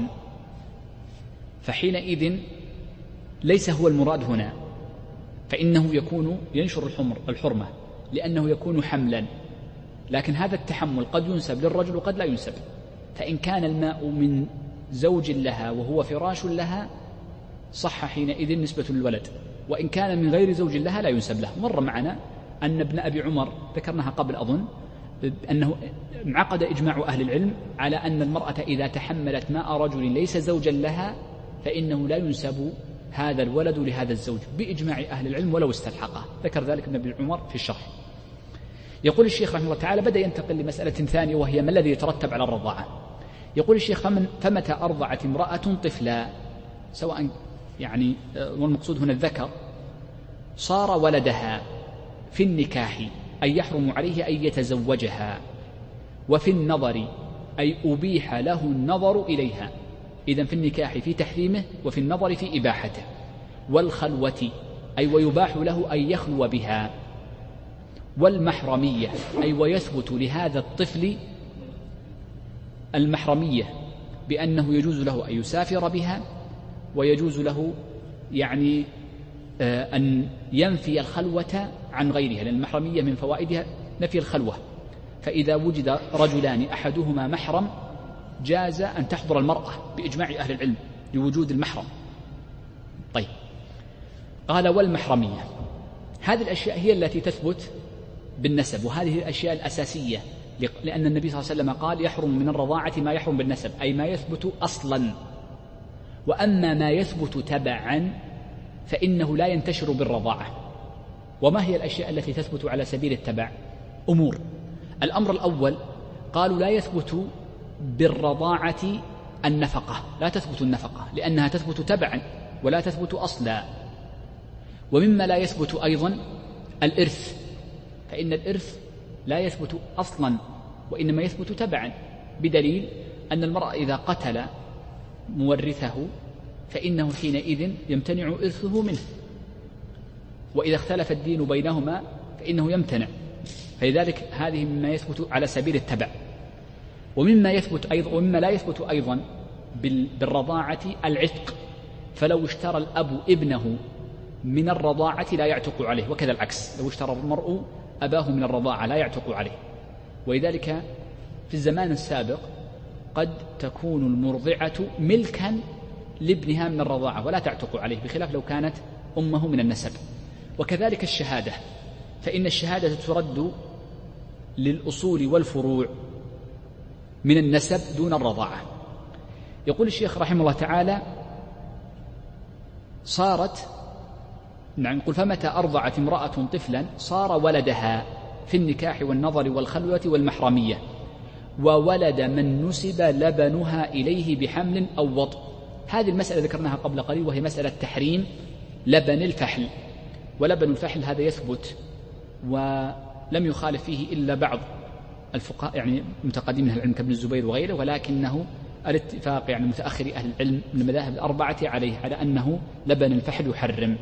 فحينئذ ليس هو المراد هنا، فإنه يكون ينشر الحرمة، لأنه يكون حملا، لكن هذا التحمل قد ينسب للرجل وقد لا ينسب، فإن كان الماء من زوج لها وهو فراش لها صح حينئذ نسبة للولد، وإن كان من غير زوج لها لا ينسب له. مر معنا أن ابن أبي عمر ذكرناها قبل أظن، أنه انعقد إجماع أهل العلم على أن المرأة إذا تحملت ماء رجل ليس زوجا لها فإنه لا ينسب هذا الولد لهذا الزوج بإجماع أهل العلم ولو استلحقه، ذكر ذلك ابن أبي عمر في الشرح. يقول الشيخ رحمه الله تعالى بدأ ينتقل لمسألة ثانية، وهي ما الذي يترتب على الرضاعة. يقول الشيخ فمتى أرضعت امرأة طفلا، سواء يعني والمقصود هنا الذكر، صار ولدها في النكاح أي يحرم عليه أن يتزوجها، وفي النظر أي أبيح له النظر إليها، إذن في النكاح في تحريمه وفي النظر في إباحته، والخلوة أي ويباح له أن يخلو بها، والمحرمية أي ويثبت لهذا الطفل المحرمية بأنه يجوز له أن يسافر بها، ويجوز له يعني أن ينفي الخلوة عن غيرها، لأن المحرمية من فوائدها نفي الخلوة، فإذا وجد رجلان أحدهما محرم جاز أن تحضر المرأة بإجماع أهل العلم لوجود المحرم. طيب، قال والمحرمية، هذه الأشياء هي التي تثبت بالنسب، وهذه الأشياء الأساسية، لأن النبي صلى الله عليه وسلم قال يحرم من الرضاعة ما يحرم بالنسب، أي ما يثبت أصلا، وأما ما يثبت تبعا فإنه لا ينتشر بالرضاعة. وما هي الأشياء التي تثبت على سبيل التبع؟ أمور. الأمر الأول قالوا لا يثبت بالرضاعة النفقة، لا تثبت النفقة لأنها تثبت تبعا ولا تثبت أصلا. ومما لا يثبت أيضا الإرث، فإن الإرث لا يثبت أصلا وإنما يثبت تبعا، بدليل أن المرأة إذا قتل مورثه فإنه حينئذ يمتنع إرثه منه، وإذا اختلف الدين بينهما فإنه يمتنع. فلذلك هذه مما يثبت على سبيل التبع. ومما يثبت أيضا ومما لا يثبت أيضا بالرضاعة العتق، فلو اشترى الأب ابنه من الرضاعة لا يعتق عليه، وكذا العكس، لو اشترى المرء أباه من الرضاعة لا يعتق عليه. ولذلك في الزمان السابق قد تكون المرضعة ملكا لابنها من الرضاعة ولا تعتق عليه، بخلاف لو كانت أمه من النسب. وكذلك الشهادة، فإن الشهادة ترد للأصول والفروع من النسب دون الرضاعة. يقول الشيخ رحمه الله تعالى: صارت نقول فمتى أرضعت امرأة طفلا صار ولدها في النكاح والنظر والخلوة والمحرمية، وولد من نسب لبنها إليه بحمل أو وطء. هذه المسألة ذكرناها قبل قليل، وهي مسألة تحريم لبن الفحل. ولبن الفحل هذا يثبت، ولم يخالف فيه إلا بعض الفقهاء يعني متقدمين أهل العلم كابن الزبير وغيره، ولكنه الاتفاق يعني متأخر أهل العلم من المذاهب الأربعة عليه على أنه لبن الفحل يحرم.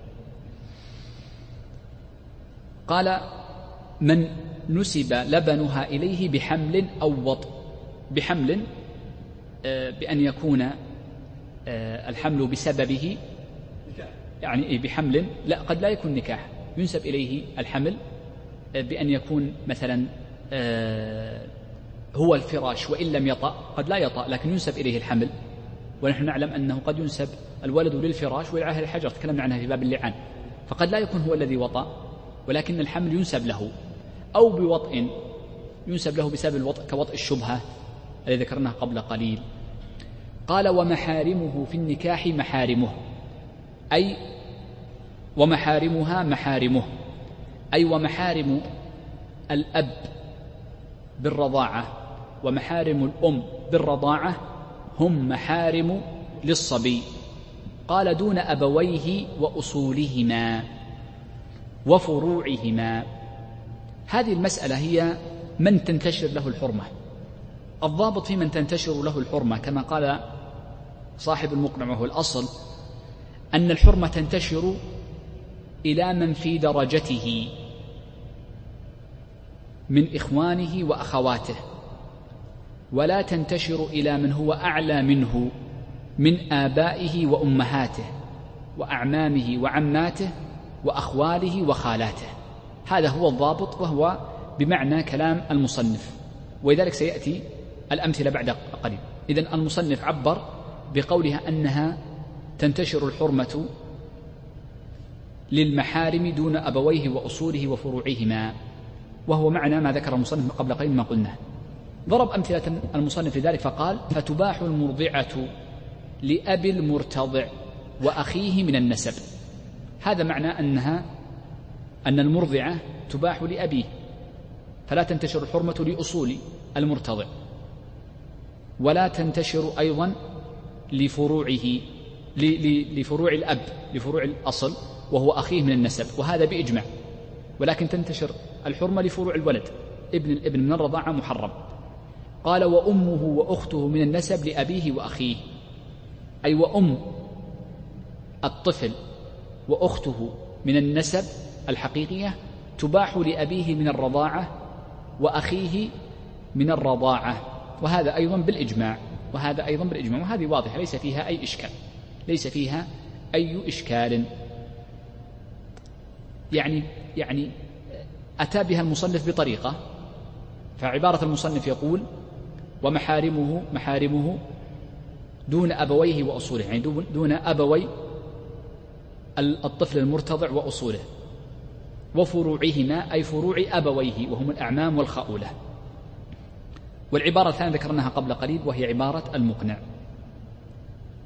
قال: من نسب لبنها إليه بحمل أو وطء. بحمل بأن يكون الحمل بسببه، يعني بحمل لا قد لا يكون نكاح، ينسب إليه الحمل بأن يكون مثلا هو الفراش وإن لم يطأ، قد لا يطأ لكن ينسب إليه الحمل. ونحن نعلم أنه قد ينسب الولد للفراش ويلعاه الحجر، تكلمنا عنها في باب اللعان، فقد لا يكون هو الذي وطأ ولكن الحمل ينسب له، أو بوطء ينسب له بسبب الوطء كوطء الشبهة الذي ذكرناه قبل قليل. قال: ومحارمه في النكاح محارمه، أي ومحارمها محارمه، أي ومحارم الأب بالرضاعة ومحارم الأم بالرضاعة هم محارم للصبي. قال: دون أبويه وأصولهما وفروعهما. هذه المسألة هي من تنتشر له الحرمة. الضابط في من تنتشر له الحرمة كما قال صاحب المقنع وهو الأصل، أن الحرمة تنتشر إلى من في درجته من إخوانه وأخواته، ولا تنتشر إلى من هو أعلى منه من آبائه وأمهاته وأعمامه وعماته وأخواله وخالاته. هذا هو الضابط، وهو بمعنى كلام المصنف، ولذلك سيأتي الأمثلة بعد قليل. إذن المصنف عبر بقولها أنها تنتشر الحرمة للمحارم دون أبويه وأصوله وفروعهما، وهو معنى ما ذكر المصنف قبل قليل ما قلنا. ضرب أمثلة المصنف لذلك فقال: فتباح المرضعة لأبي المرتضع وأخيه من النسب. هذا معنى أن المرضعة تباح لأبيه، فلا تنتشر الحرمة لأصول المرتضع، ولا تنتشر أيضا لفروعه لفروع الأب، لفروع الأصل وهو أخيه من النسب، وهذا بإجماع. ولكن تنتشر الحرمة لفروع الولد، ابن الابن من الرضاعة محرم. قال: وأمه وأخته من النسب لأبيه وأخيه، أي وأم الطفل وأخته من النسب الحقيقية تباح لأبيه من الرضاعة وأخيه من الرضاعة، وهذا أيضا بالإجماع، وهذه واضحة ليس فيها أي إشكال. يعني أتى بها المصنف بطريقة، فعبارة المصنف يقول: محارمه دون أبويه وأصوله، يعني دون أبوي الطفل المرتضع وأصوله، وفروعهما أي فروع أبويه وهم الأعمام والخؤولة. والعبارة الثانية ذكرناها قبل قليل وهي عبارة المقنع.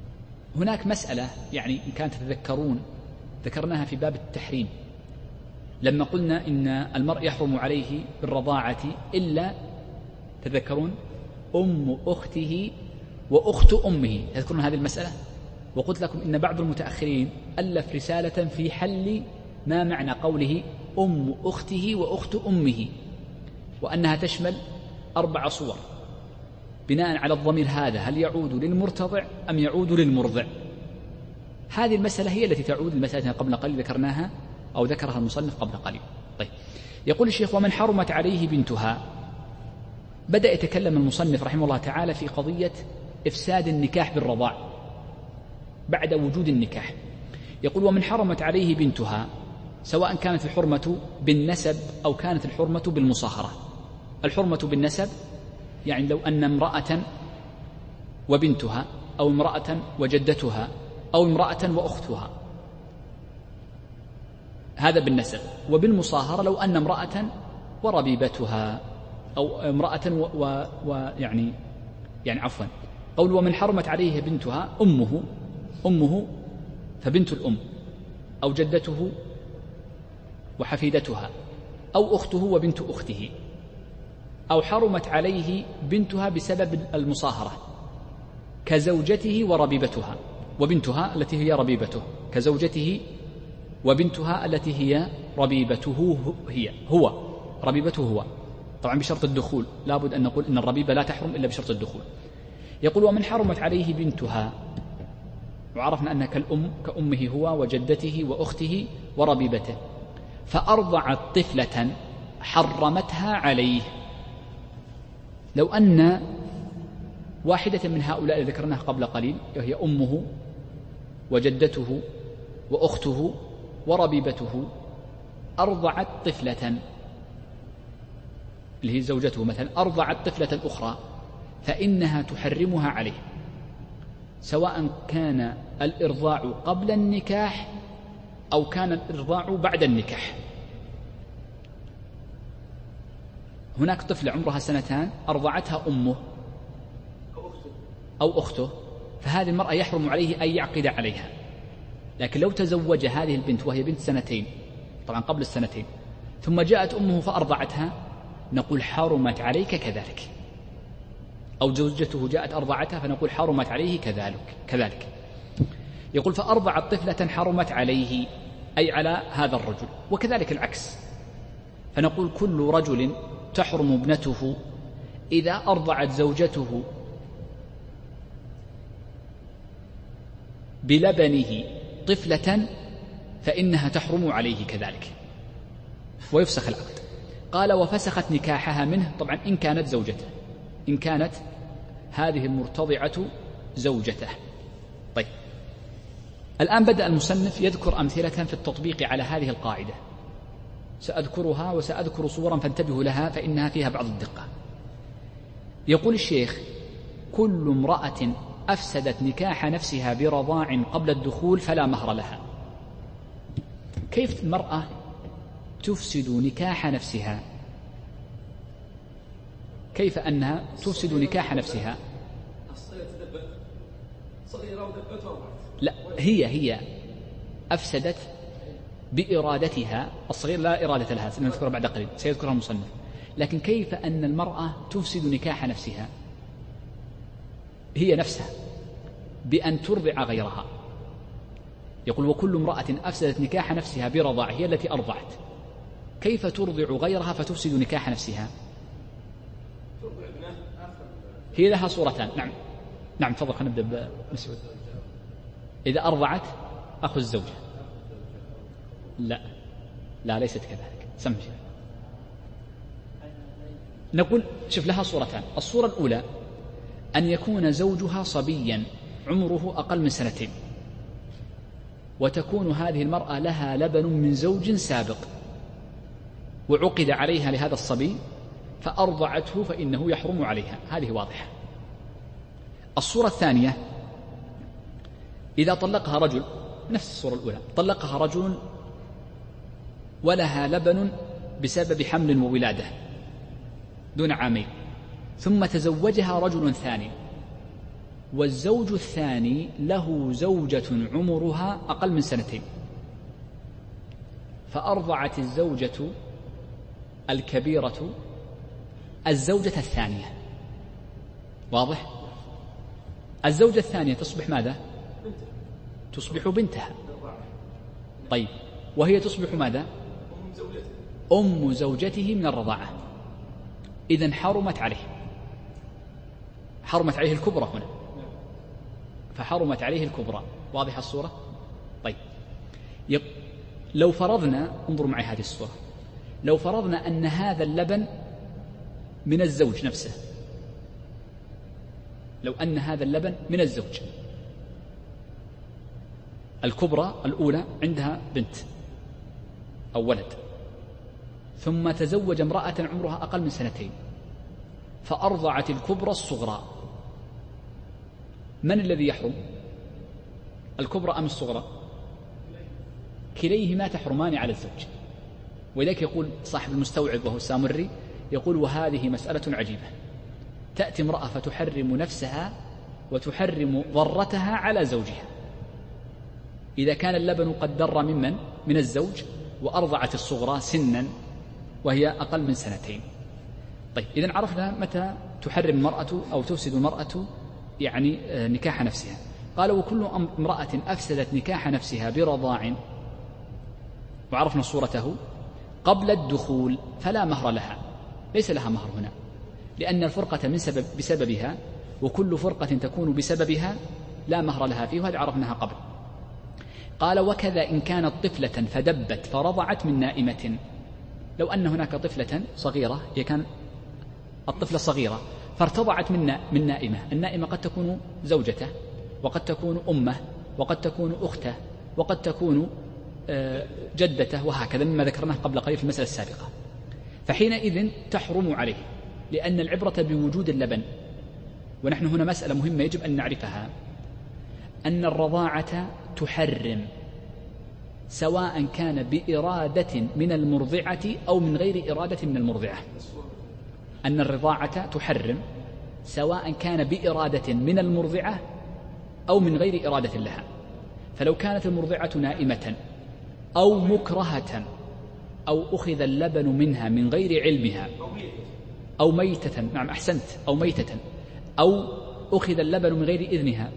هناك مسألة يعني إن كانت تتذكرون ذكرناها في باب التحريم، لما قلنا إن المرء يحرم عليه بالرضاعة إلا، تذكرون، أم أخته وأخت أمه، تذكرون هذه المسألة؟ وقلت لكم إن بعض المتأخرين ألف رسالة في حل ما معنى قوله أم أخته وأخت أمه، وأنها تشمل 4 صور بناء على الضمير هذا، هل يعود للمرتضع أم يعود للمرضع؟ هذه المسألة هي التي تعود المسألة قبل قليل ذكرناها أو ذكرها المصنف قبل قليل. طيب، يقول الشيخ: ومن حرمت عليه بنتها. بدأ يتكلم المصنف رحمه الله تعالى في قضية إفساد النكاح بالرضاع بعد وجود النكاح. يقول: ومن حرمت عليه بنتها، سواء كانت الحرمة بالنسب أو كانت الحرمة بالمصاهرة. الحرمة بالنسب يعني لو أن امرأة وبنتها، أو امرأة وجدتها، أو امرأة وأختها، هذا بالنسب. وبالمصاهرة لو أن امرأة وربيبتها، أو امرأة يعني عفوا، قول: ومن حرمت عليه بنتها أمه فبنت الأم، أو جدته وحفيدتها، أو أخته وبنت أخته، أو حرمت عليه بنتها بسبب المصاهرة كزوجته وربيبتها، وبنتها التي هي ربيبته، كزوجته وبنتها التي هي ربيبته، هو ربيبته هو، طبعا بشرط الدخول، لابد أن نقول إن الربيبة لا تحرم إلا بشرط الدخول. يقول: ومن حرمت عليه بنتها، وعرفنا أنها كأمه هو وجدته وأخته وربيبته، فأرضعت طفلة حرمتها عليه. لو أن واحدة من هؤلاء ذكرناها قبل قليل، وهي أمه وجدته وأخته وربيبته، أرضعت طفلة اللي هي زوجته مثلا، أرضعت طفلة أخرى، فإنها تحرمها عليه، سواء كان الإرضاع قبل النكاح أو كان الإرضاع بعد النكاح. هناك طفلة عمرها 2 سنين أرضعتها أمه أو أخته، فهذه المرأة يحرم عليه أن يعقد عليها. لكن لو تزوج هذه البنت وهي بنت 2 سنين، طبعا قبل 2 سنين، ثم جاءت أمه فأرضعتها، نقول حرمت عليك كذلك. أو زوجته جاءت أرضعتها، فنقول حرمت عليه كذلك. يقول: فأرضعت طفلة حرمت عليه، أي على هذا الرجل. وكذلك العكس، فنقول كل رجل تحرم ابنته إذا أرضعت زوجته بلبنه طفلة فإنها تحرم عليه كذلك، ويفسخ العقد. قال: وفسخت نكاحها منه، طبعا إن كانت زوجته، إن كانت هذه المرتضعة زوجته. طيب، الآن بدأ المصنف يذكر أمثلة في التطبيق على هذه القاعدة، سأذكرها وسأذكر صورا فانتبهوا لها فإنها فيها بعض الدقة. يقول الشيخ: كل امرأة أفسدت نكاح نفسها برضاع قبل الدخول فلا مهر لها. كيف المرأة تفسد نكاح نفسها؟ كيف أنها تفسد نكاح نفسها؟ لا، هي أفسدت بإرادتها. الصغير لا إرادة لها، سنذكرها بعد قليل، سيذكرها المصنف. لكن كيف أن المرأة تفسد نكاح نفسها هي نفسها بأن ترضع غيرها؟ يقول: وكل امرأة أفسدت نكاح نفسها برضاع، هي التي أرضعت، كيف ترضع غيرها فتفسد نكاح نفسها؟ هي لها صورتان. نعم تفضل، خلينا نبدأ بمسعود. إذا أرضعت أخو الزوجة، لا ليست كذلك. سمع، نقول شوف، لها صورتان. الصورة الأولى أن يكون زوجها صبيا عمره أقل من 2 سنين، وتكون هذه المرأة لها لبن من زوج سابق، وعقد عليها لهذا الصبي فأرضعته، فإنه يحرم عليها. هذه واضحة. الصورة الثانية: إذا طلقها رجل، نفس الصورة الأولى، طلقها رجل ولها لبن بسبب حمل وولادة دون 2 عام، ثم تزوجها رجل ثاني، والزوج الثاني له زوجة عمرها أقل من 2 سنين، فأرضعت الزوجة الكبيرة الزوجة الثانية. واضح؟ الزوجة الثانية تصبح ماذا؟ تصبح بنتها. طيب، وهي تصبح ماذا؟ أم زوجته من الرضاعة. إذن حرمت عليه الكبرى هنا، فحرمت عليه الكبرى. واضح الصورة؟ طيب، لو فرضنا، انظروا معي هذه الصورة، لو فرضنا أن هذا اللبن من الزوج نفسه، لو أن هذا اللبن من الزوج، الكبرى الأولى عندها بنت أو ولد، ثم تزوج امرأة عمرها أقل من 2 فأرضعت الكبرى الصغرى، من الذي يحرم؟ الكبرى أم الصغرى؟ كليهما تحرمان على الزوج. ولذلك يقول صاحب المستوعب وهو السامري، يقول: وهذه مسألة عجيبة، تأتي امرأة فتحرم نفسها وتحرم ضرتها على زوجها، إذا كان اللبن قد در من الزوج، وأرضعت الصغرى سنا وهي أقل من 2. طيب، إذن عرفنا متى تحرم المرأة أو تفسد المرأة يعني نكاح نفسها. قال: وكل امرأة أفسدت نكاح نفسها برضاع، وعرفنا صورته، قبل الدخول فلا مهر لها، ليس لها مهر هنا، لأن الفرقة بسببها، وكل فرقة تكون بسببها لا مهر لها فيه، وهذا عرفناها قبل. قال: وكذا إن كانت طفلة فدبت فرضعت من نائمة. لو أن هناك طفلة صغيرة، هي كان الطفلة صغيرة فارتضعت من نائمة. النائمة قد تكون زوجته، وقد تكون أمه، وقد تكون أخته، وقد تكون جدته، وهكذا مما ذكرناه قبل قليل في المسألة السابقة. فحينئذ تحرم عليه، لأن العبرة بوجود اللبن. ونحن هنا مسألة مهمة يجب أن نعرفها، أن الرضاعة تحرم سواء كان بإرادة من المرضعة أو من غير إرادة من المرضعة. أن الرضاعة تحرم سواء كان بإرادة من المرضعة أو من غير إرادة لها. فلو كانت المرضعة نائمة أو مكرهة أو أخذ اللبن منها من غير علمها أو ميتة، نعم أحسنت، أو ميتة، أو أخذ اللبن من غير إذنها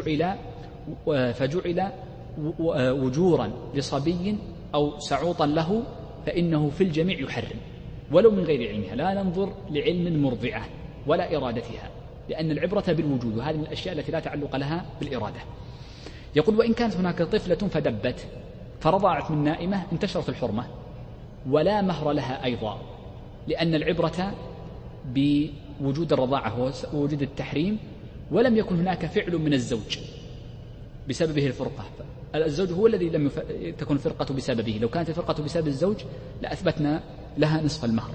فجعل وجورا لصبي أو سعوطا له، فإنه في الجميع يحرم ولو من غير علمها. لا ننظر لعلم المرضعة ولا إرادتها، لأن العبرة بالوجود، وهذه من الأشياء التي لا تعلق لها بالإرادة. يقول: وإن كانت هناك طفلة فدبت فرضعت من نائمة انتشرت الحرمة ولا مهر لها أيضا، لأن العبرة بوجود الرضاعة ووجود التحريم، ولم يكن هناك فعل من الزوج بسببه الفرقة. الزوج هو الذي لم تكن الفرقة بسببه. لو كانت الفرقة بسبب الزوج لأثبتنا لها نصف المهر.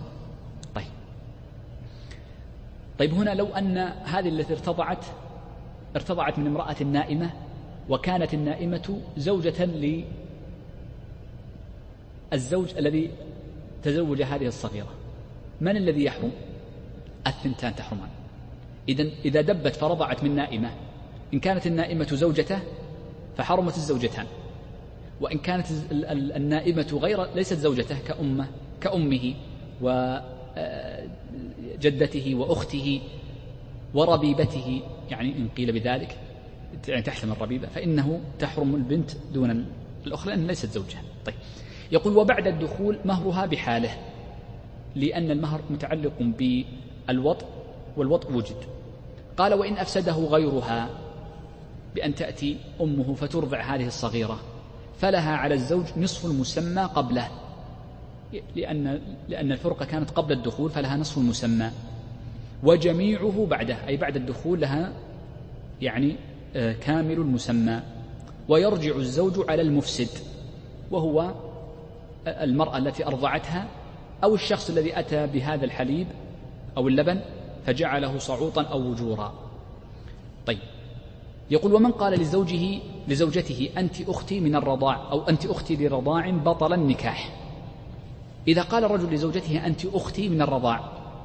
طيب هنا لو أن هذه التي ارتضعت من امرأة نائمة، وكانت النائمة زوجة للزوج الذي تزوج هذه الصغيرة، من الذي يحرم؟ الثنتان تحرمان. إذا دبت فرضعت من نائمة، إن كانت النائمة زوجته فحرمت الزوجتان، وإن كانت النائمة ليست زوجته كأمه وجدته وأخته وربيبته، يعني إن قيل بذلك يعني تحتمل الربيبة، فإنه تحرم البنت دون الأخرى لأنها ليست زوجة. طيب، يقول: وبعد الدخول مهرها بحاله، لأن المهر متعلق بالوطء والوطء وجد. قال: وإن أفسده غيرها بأن تأتي أمه فترضع هذه الصغيرة، فلها على الزوج نصف المسمى قبله، لأن الفرقة كانت قبل الدخول فلها نصف المسمى، وجميعه بعده، أي بعد الدخول لها يعني كامل المسمى. ويرجع الزوج على المفسد، وهو المرأة التي أرضعتها أو الشخص الذي أتى بهذا الحليب أو اللبن فجعله صعوطا أو وجورا. طيب، يقول: ومن قال لزوجته أنت أختي من الرضاع أو أنت أختي لرضاع بطل النكاح. إذا قال الرجل لزوجته أنت أختي من الرضاع،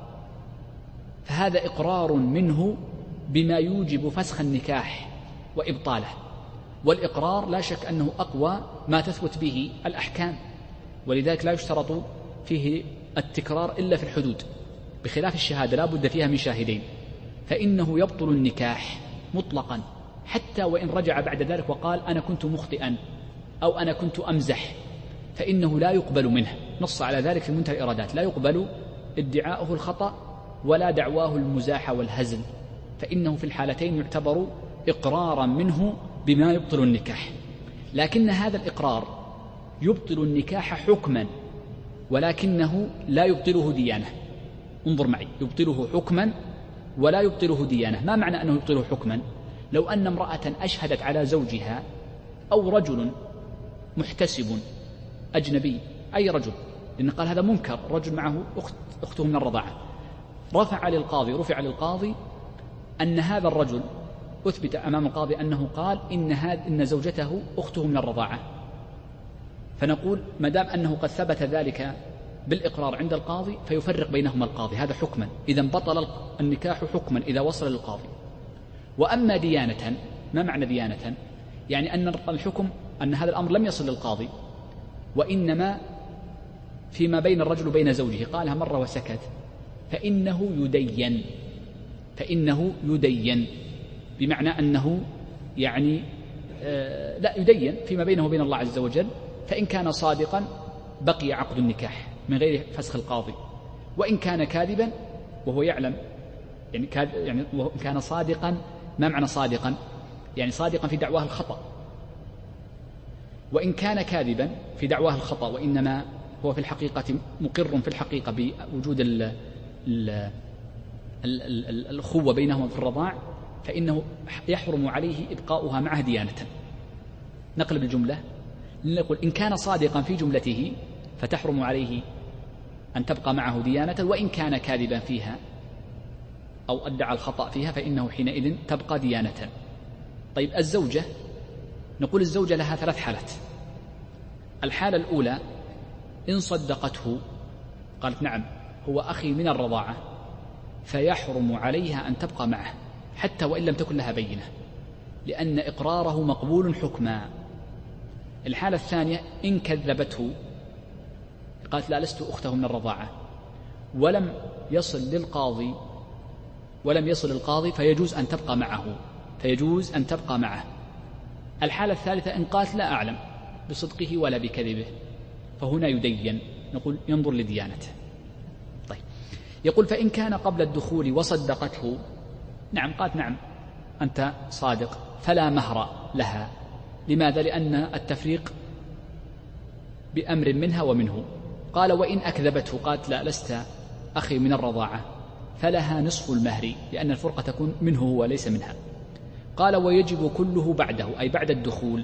فهذا إقرار منه بما يوجب فسخ النكاح وإبطاله، والإقرار لا شك أنه أقوى ما تثبت به الأحكام، ولذلك لا يشترط فيه التكرار إلا في الحدود، بخلاف الشهادة لا بد فيها من شاهدين، فإنه يبطل النكاح مطلقا حتى وإن رجع بعد ذلك وقال أنا كنت مخطئا أو أنا كنت أمزح، فإنه لا يقبل منه، نص على ذلك في منتهى الإرادات، لا يقبل ادعاؤه الخطأ ولا دعواه المزاح والهزل، فإنه في الحالتين يعتبر إقرارا منه بما يبطل النكاح. لكن هذا الإقرار يبطل النكاح حكما ولكنه لا يبطله ديانة. انظر معي، يبطله حكما ولا يبطله ديانة. ما معنى أنه يبطله حكما؟ لو أن امرأة أشهدت على زوجها أو رجل محتسب أجنبي، أي رجل، لأن قال هذا منكر، رجل معه أخته من الرضاعة، رفع للقاضي أن هذا الرجل أثبت أمام القاضي أنه قال إن زوجته أخته من الرضاعة، فنقول ما دام أنه قد ثبت ذلك بالإقرار عند القاضي فيفرق بينهما القاضي، هذا حكما، إذا بطل النكاح حكما إذا وصل للقاضي. وأما ديانة، ما معنى ديانة؟ يعني أن الحكم أن هذا الأمر لم يصل للقاضي وإنما فيما بين الرجل وبين زوجه، قالها مرة وسكت، فإنه يدين بمعنى أنه يعني لا يدين فيما بينه وبين الله عز وجل، فإن كان صادقا بقي عقد النكاح من غير فسخ القاضي، وإن كان كاذبا وهو يعلم يعني وإن كان صادقا، ما معنى صادقا؟ يعني صادقا في دعواه الخطأ، وإن كان كاذبا في دعواه الخطأ وإنما هو في الحقيقة مقر في الحقيقة بوجود الأخوة بينهما في الرضاع، فإنه يحرم عليه إبقاؤها معه ديانة. نقلب الجملة، نقول إن كان صادقا في جملته فتحرم عليه أن تبقى معه ديانة، وإن كان كاذبا فيها أو أدعى الخطأ فيها فإنه حينئذ تبقى ديانة. طيب الزوجة، نقول الزوجة لها 3 حالات. الحالة الأولى إن صدقته قالت نعم هو أخي من الرضاعة، فيحرم عليها أن تبقى معه حتى وإن لم تكن لها بينة، لأن إقراره مقبول حكما. الحالة الثانية إن كذبته قالت لا لست أخته من الرضاعة ولم يصل القاضي فيجوز أن تبقى معه. الحالة الثالثة إن قالت لا أعلم بصدقه ولا بكذبه، فهنا يدين، نقول ينظر لديانته. طيب يقول فإن كان قبل الدخول وصدقته، نعم قالت نعم أنت صادق، فلا مهر لها. لماذا؟ لأن التفريق بأمر منها ومنه. قال وإن أكذبته قالت لا لست أخي من الرضاعة، فلها نصف المهر، لأن الفرقة تكون منه وليس منها. قال ويجب كله بعده، أي بعد الدخول،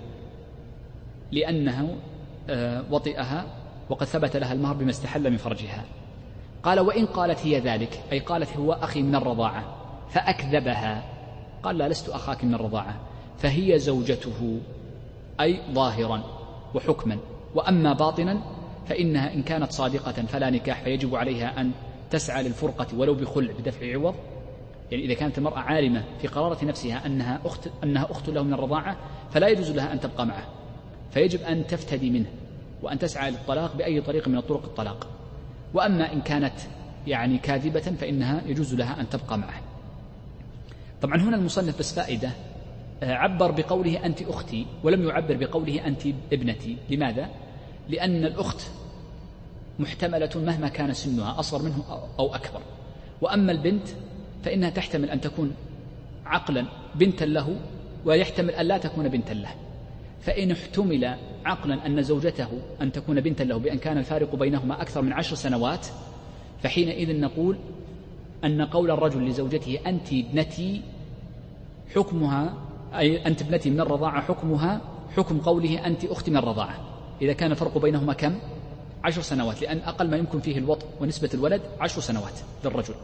لأنه وطئها وقد ثبت لها المهر بما استحل من فرجها. قال وإن قالت هي ذلك، أي قالت هو أخي من الرضاعة فأكذبها، قال لا لست أخاك من الرضاعة، فهي زوجته، أي ظاهرا وحكما. وأما باطنا فإنها إن كانت صادقة فلا نكاح، فيجب عليها أن تسعى للفرقة ولو بخلع بدفع عوض. يعني إذا كانت المرأة عالمة في قرارة نفسها أنها أخت له من الرضاعة فلا يجوز لها أن تبقى معه، فيجب أن تفتدي منه وأن تسعى للطلاق بأي طريق من طرق الطلاق. وأما إن كانت يعني كاذبة فإنها يجوز لها أن تبقى معه. طبعا هنا المصنف بس فائدة، عبر بقوله أنت أختي ولم يعبر بقوله أنت ابنتي. لماذا؟ لأن الأخت محتملة مهما كان سنها أصغر منه أو أكبر، وأما البنت فإنها تحتمل أن تكون عقلا بنتا له ويحتمل أن لا تكون بنتا له. فإن احتمل عقلا أن زوجته أن تكون بنتا له بأن كان الفارق بينهما أكثر من 10 سنوات، فحينئذ نقول أن قول الرجل لزوجته أنت ابنتي حكمها، أي أنت ابنتي من الرضاعة، حكمها حكم قوله أنت أختي من الرضاعة، إذا كان الفرق بينهما كم؟ 10 سنوات، لأن أقل ما يمكن فيه الوطء ونسبة الولد 10 سنوات للرجل.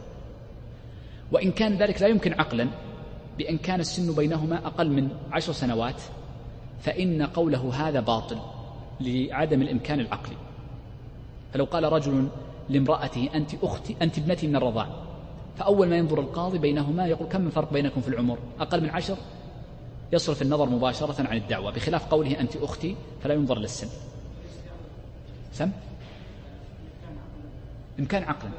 وإن كان ذلك لا يمكن عقلا بأن كان السن بينهما أقل من 10 سنوات، فإن قوله هذا باطل لعدم الإمكان العقلي. فلو قال رجل لامرأته أنت أختي، أنت ابنتي من الرضاعة، فأول ما ينظر القاضي بينهما يقول كم الفرق بينكم في العمر؟ أقل من 10، يصرف النظر مباشرة عن الدعوة، بخلاف قوله أنت أختي فلا ينظر للسن. سم إمكان عقلا.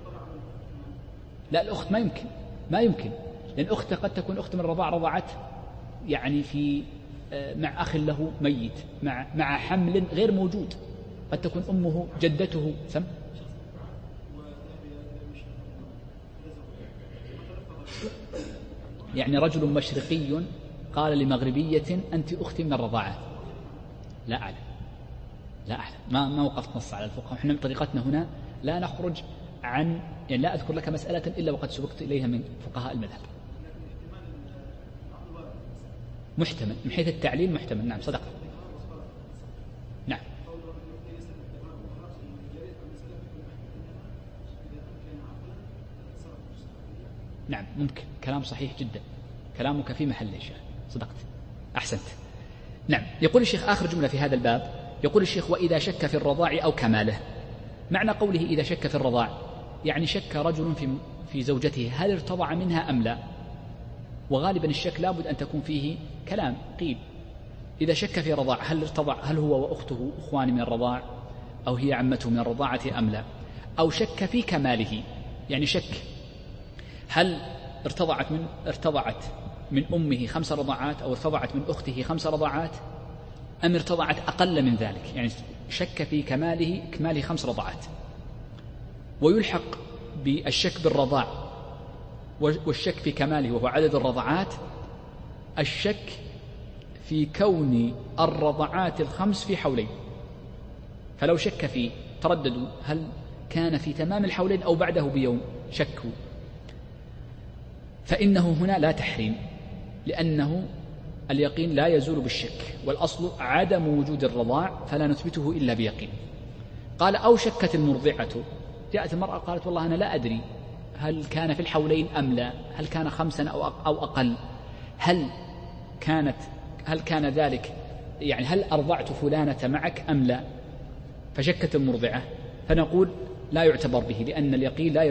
لا، الأخت ما يمكن لأن أخته قد تكون أخت من الرضاع رضعته يعني في مع أخ له ميت مع حمل غير موجود، قد تكون أمه جدته يعني رجل مشرقي قال لمغربية أنت أختي من الرضاعات. لا أعلم ما وقفت نص على الفقهاء. احنا طريقتنا هنا لا نخرج عن يعني لا أذكر لك مسألة إلا وقد سبقت إليها من فقهاء المذهب. محتمل من حيث التعليل، محتمل. نعم صدق. نعم نعم ممكن، كلام صحيح جدا، كلامك في محل يا شيخ، صدقت، أحسنت. نعم. يقول الشيخ آخر جملة في هذا الباب، يقول الشيخ وإذا شك في الرضاع أو كماله. معنى قوله إذا شك في الرضاع يعني شك رجل في زوجته هل ارتضع منها أم لا، وغالبا الشك لابد أن تكون فيه كلام قيل. إذا شك في رضاع هل ارتضع، هل هو وأخته أخوان من الرضاع أو هي عمته من الرضاعة أم لا، أو شك في كماله يعني شك هل ارتضعت من أمه 5 رضاعات أو ارتضعت من أخته 5 رضاعات أم ارتضعت أقل من ذلك، يعني شك في كماله 5 رضاعات. ويلحق بالشك بالرضاع والشك في كماله وهو عدد الرضعات الشك في كون الرضعات 5 في حولين. فلو شك في ترددوا هل كان في تمام الحولين أو بعده بيوم، شكوا، فإنه هنا لا تحريم، لأنه اليقين لا يزول بالشك، والأصل عدم وجود الرضاع فلا نثبته إلا بيقين. قال أو شكت المرضعة، جاءت المرأة قالت والله أنا لا أدري هل كان في الحولين أم لا، هل كان 5 أو أقل، هل كان ذلك يعني هل أرضعت فلانة معك أم لا، فشكت المرضعة، فنقول لا يعتبر به لأن اليقين لا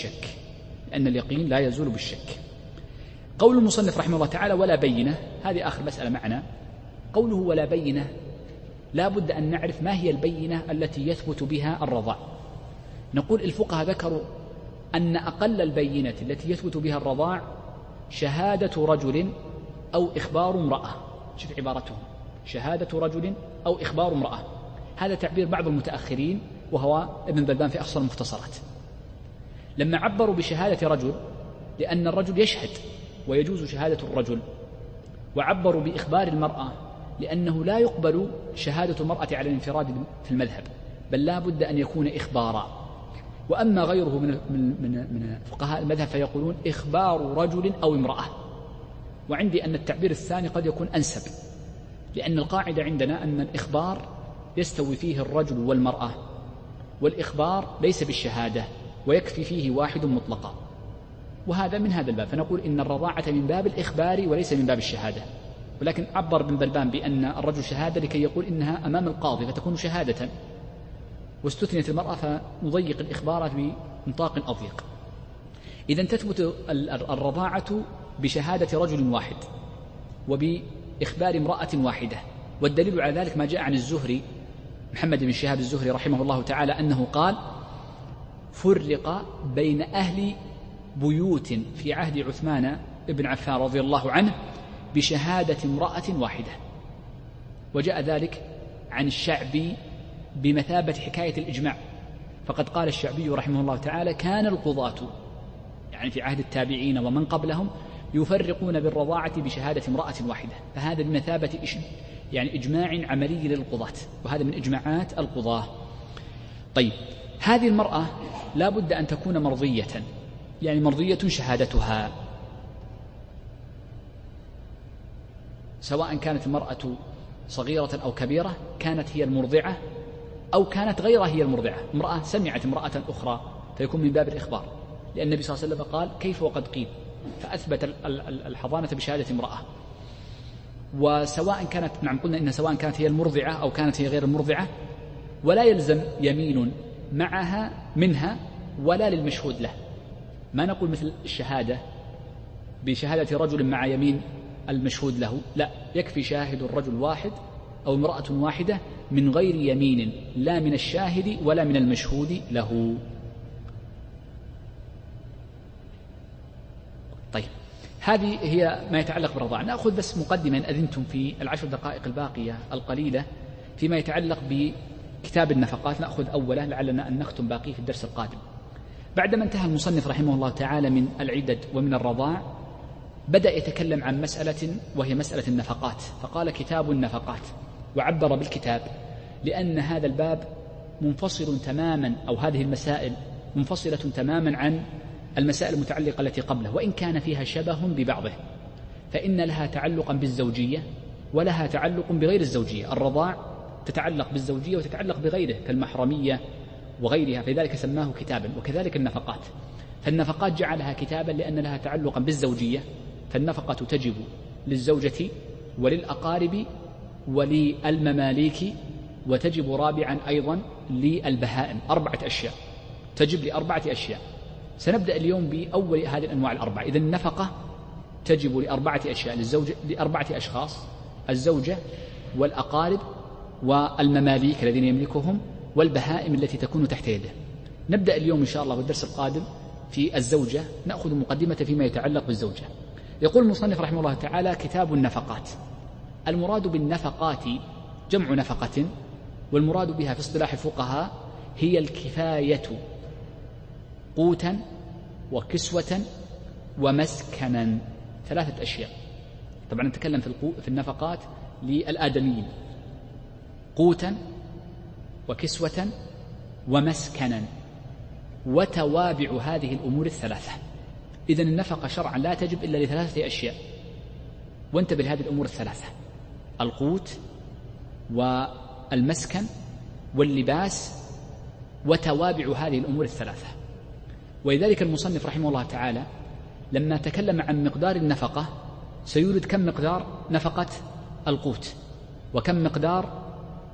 يزول بالشك. قول المصنف رحمه الله تعالى ولا بينة، هذه آخر مسألة معنا. قوله ولا بينة لا بد أن نعرف ما هي البينة التي يثبت بها الرضاع. نقول الفقهاء ذكروا أن أقل البينة التي يثبت بها الرضاع شهادة رجل أو إخبار امرأة. شوف عبارتهم، شهادة رجل أو إخبار امرأة. هذا تعبير بعض المتأخرين وهو ابن بلبان في أخصر المختصرات، لما عبروا بشهادة رجل لأن الرجل يشهد ويجوز شهادة الرجل، وعبروا بإخبار المرأة لأنه لا يقبل شهادة المرأة على الانفراد في المذهب، بل لا بد أن يكون إخبارا. وأما غيره من فقهاء المذهب فيقولون إخبار رجل أو امرأة. وعندي أن التعبير الثاني قد يكون أنسب، لأن القاعدة عندنا أن الإخبار يستوي فيه الرجل والمرأة، والإخبار ليس بالشهادة ويكفي فيه واحد مطلقا، وهذا من هذا الباب. فنقول إن الرضاعة من باب الإخبار وليس من باب الشهادة. ولكن عبر ابن بلبان بأن الرجل شهادة لكي يقول إنها أمام القاضي فتكون شهادة، واستثنت المرأة فنضيق الإخبار بنطاق أضيق. إذن تثبت الرضاعة بشهادة رجل واحد وبإخبار امرأة واحدة. والدليل على ذلك ما جاء عن الزهري محمد بن شهاب الزهري رحمه الله تعالى أنه قال فرق بين أهل بيوت في عهد عثمان بن عفان رضي الله عنه بشهادة امرأة واحدة. وجاء ذلك عن الشعبي بمثابة حكاية الإجماع، فقد قال الشعبي رحمه الله تعالى كان القضاة يعني في عهد التابعين ومن قبلهم يفرقون بالرضاعة بشهادة امرأة واحدة، فهذا بمثابة يعني إجماع عملي للقضاة، وهذا من إجماعات القضاة. طيب هذه المرأة لا بد أن تكون مرضية، يعني مرضية شهادتها، سواء كانت المرأة صغيرة أو كبيرة، كانت هي المرضعة أو كانت غيرها هي المرضعة. امرأة سمعت امرأة أخرى فيكون من باب الإخبار، لأن النبي صلى الله عليه وسلم قال كيف وقد قيل، فأثبت الحضانة بشهادة امرأة. وسواء كانت نعم قلنا إن سواء كانت هي المرضعة أو كانت هي غير المرضعة، ولا يلزم يمين منها ولا للمشهود له. ما نقول مثل الشهادة بشهادة رجل مع يمين المشهود له، لا، يكفي شاهد الرجل واحد أو امرأة واحدة من غير يمين لا من الشاهد ولا من المشهود له. هذه هي ما يتعلق بالرضاعة. نأخذ بس مقدمة إن أذنتم في 10 دقائق الباقية القليلة فيما يتعلق بكتاب النفقات. نأخذ أوله لعلنا أن نختم باقي في الدرس القادم. بعدما انتهى المصنف رحمه الله تعالى من العدد ومن الرضاع، بدأ يتكلم عن مسألة وهي مسألة النفقات، فقال كتاب النفقات، وعبر بالكتاب لأن هذا الباب منفصل تماما، أو هذه المسائل منفصلة تماما عن المسائل المتعلقة التي قبله، وإن كان فيها شبه ببعضه، فإن لها تعلقا بالزوجية ولها تعلق بغير الزوجية. الرضاع تتعلق بالزوجية وتتعلق بغيره كالمحرمية وغيرها، فلذلك سماه كتابا. وكذلك النفقات، فالنفقات جعلها كتابا لأن لها تعلقا بالزوجية، فالنفقة تجب للزوجة وللأقارب وللمماليك، وتجب رابعا أيضا للبهائم. 4 أشياء تجب ل4 أشياء. سنبدأ اليوم بأول هذه الأنواع ال4. إذن النفقة تجب ل4 أشياء، ل4 أشخاص: الزوجة والأقارب والمماليك الذين يملكهم والبهائم التي تكون تحت يده. نبدأ اليوم إن شاء الله والدرس القادم في الزوجة، نأخذ مقدمة فيما يتعلق بالزوجة. يقول المصنف رحمه الله تعالى: كتاب النفقات. المراد بالنفقات جمع نفقة، والمراد بها في اصطلاح الفقهاء هي الكفاية قوتا وكسوة ومسكنا، 3 أشياء. طبعا نتكلم في النفقات للآدميين: قوتا وكسوة ومسكنا وتوابع هذه الأمور ال3. إذن النفقة شرعا لا تجب إلا ل3 أشياء، وانتبه لهذه الأمور ال3: القوت والمسكن واللباس وتوابع هذه الأمور ال3. ولذلك المصنف رحمه الله تعالى لما تكلم عن مقدار النفقة سيورد كم مقدار نفقة القوت، وكم مقدار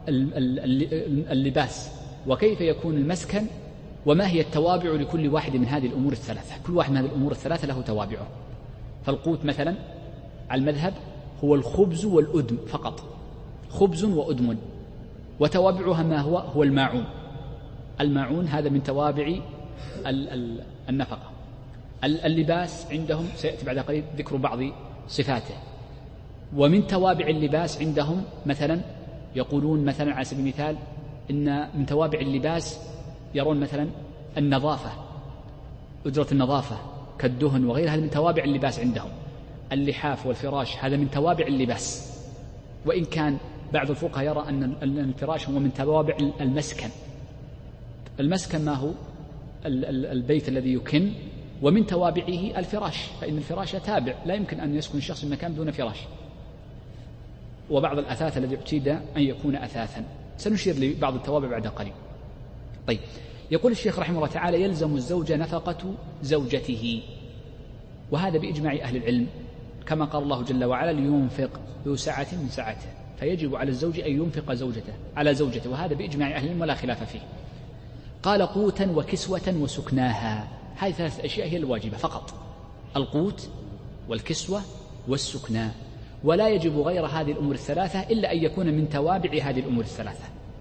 اللباس، وكيف يكون المسكن، وما هي التوابع لكل واحد من هذه الأمور ال3. كل واحد من هذه الأمور ال3 له توابعه. فالقوت مثلا على المذهب هو الخبز والأدم فقط، خبز وأدم، وتوابعها ما هو الماعون. الماعون هذا من توابع النفقة. اللباس عندهم سيأتي بعد قليل ذكر بعض صفاته. ومن توابع اللباس عندهم مثلا يقولون مثلا على سبيل المثال إن من توابع اللباس يرون مثلا النظافة، أجرة النظافة كالدهن وغيرها، هذا من توابع اللباس عندهم. اللحاف والفراش هذا من توابع اللباس، وإن كان بعض الفقهاء يرى أن الفراش هو من توابع المسكن. المسكن ما هو البيت الذي يكن، ومن توابعه الفراش، فإن الفراش تابع، لا يمكن أن يسكن الشخص في مكان دون فراش. وبعض الأثاث الذي اعتيد أن يكون أثاثا، سنشير لبعض التوابع بعد قليل. طيب، يقول الشيخ رحمه الله تعالى: يلزم الزوج نفقة زوجته، وهذا بإجماع أهل العلم، كما قال الله جل وعلا: لينفق ذو سعة من سعته، فيجب على الزوج أن ينفق على زوجته، وهذا بإجماع أهل العلم ولا خلاف فيه. قال: قوتا وكسوة وسكناها. هذه 3 أشياء هي الواجبة فقط: القوت والكسوة والسكنى، ولا يجب غير هذه الأمور ال3 إلا أن يكون من توابع هذه الأمور ال3.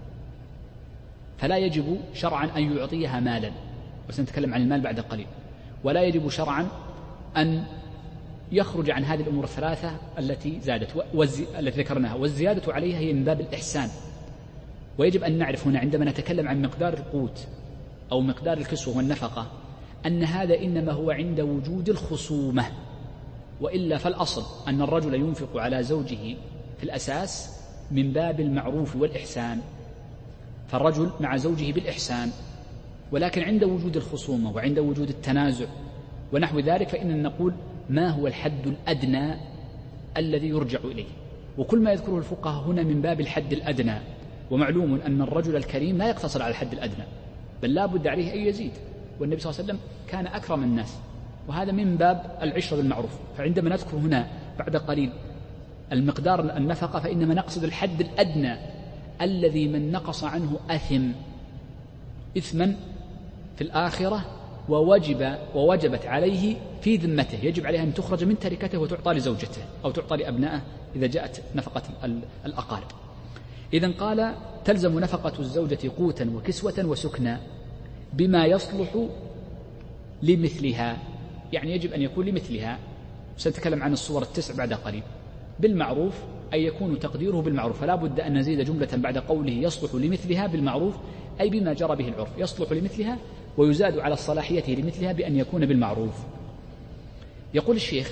فلا يجب شرعا أن يعطيها مالا، وسنتكلم عن المال بعد قليل. ولا يجب شرعا أن يخرج عن هذه الأمور ال3 التي زادت التي ذكرناها، والزيادة عليها هي من باب الإحسان. ويجب أن نعرف هنا عندما نتكلم عن مقدار القوت أو مقدار الكسوة والنفقة أن هذا إنما هو عند وجود الخصومة، وإلا فالأصل أن الرجل ينفق على زوجه في الأساس من باب المعروف والإحسان، فالرجل مع زوجه بالإحسان. ولكن عند وجود الخصومة وعند وجود التنازع ونحو ذلك فإننا نقول ما هو الحد الأدنى الذي يرجع إليه. وكل ما يذكره الفقهاء هنا من باب الحد الأدنى، ومعلوم أن الرجل الكريم لا يقتصر على الحد الأدنى، بل لا بد عليه أن يزيد. والنبي صلى الله عليه وسلم كان أكرم الناس، وهذا من باب العشرة بالمعروف. فعندما نذكر هنا بعد قليل المقدار النفقة فإنما نقصد الحد الأدنى الذي من نقص عنه أثم إثما في الآخرة، ووجبت عليه في ذمته، يجب عليه أن تخرج من تركته وتعطى لزوجته أو تعطى لأبنائه إذا جاءت نفقة الأقارب. إذن قال: تلزم نفقة الزوجة قوتا وكسوة وسكنا بما يصلح لمثلها، يعني يجب أن يكون لمثلها. سنتكلم عن الصور التسع بعد قليل. بالمعروف أي يكون تقديره بالمعروف، فلا بد أن نزيد جملة بعد قوله يصلح لمثلها بالمعروف، أي بما جرى به العرف، يصلح لمثلها ويزاد على صلاحيته لمثلها بأن يكون بالمعروف. يقول الشيخ: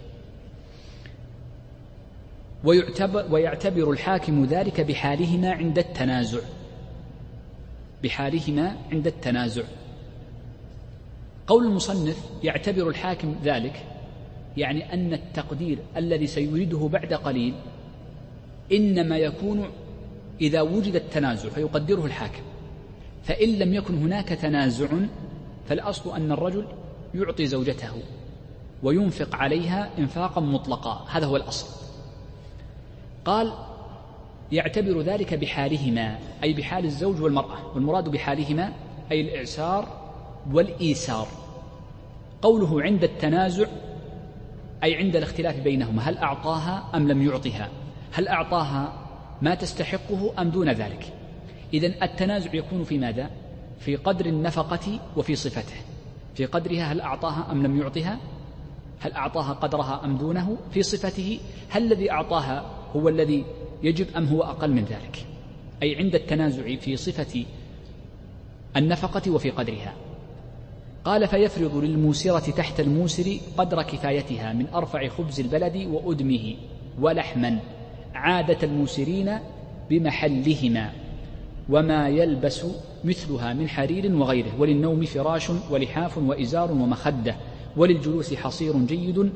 ويعتبر الحاكم ذلك بحالهما عند التنازع. بحالهما عند التنازع. قول المصنف يعتبر الحاكم ذلك، يعني أن التقدير الذي سيريده بعد قليل إنما يكون إذا وجد التنازع فيقدره الحاكم، فإن لم يكن هناك تنازع فالأصل أن الرجل يعطي زوجته وينفق عليها إنفاقا مطلقا، هذا هو الأصل. قال: يعتبر ذلك بحالهما، أي بحال الزوج والمرأة، والمراد بحالهما أي الإعسار والإيسار. قوله عند التنازع أي عند الاختلاف بينهما، هل أعطاها أم لم يعطها، هل أعطاها ما تستحقه أم دون ذلك. إذن التنازع يكون في ماذا؟ في قدر النفقة وفي صفته، في قدرها هل أعطاها أم لم يعطها، هل أعطاها قدرها أم دونه، في صفته هل الذي أعطاها هو الذي يجب أم هو أقل من ذلك، أي عند التنازع في صفة النفقة وفي قدرها. قال: فيفرض للموسرة تحت الموسر قدر كفايتها من أرفع خبز البلد وأدمه ولحما، عادة الموسرين بمحلهما، وما يلبس مثلها من حرير وغيره، وللنوم فراش ولحاف وإزار ومخدة، وللجلوس حصير جيد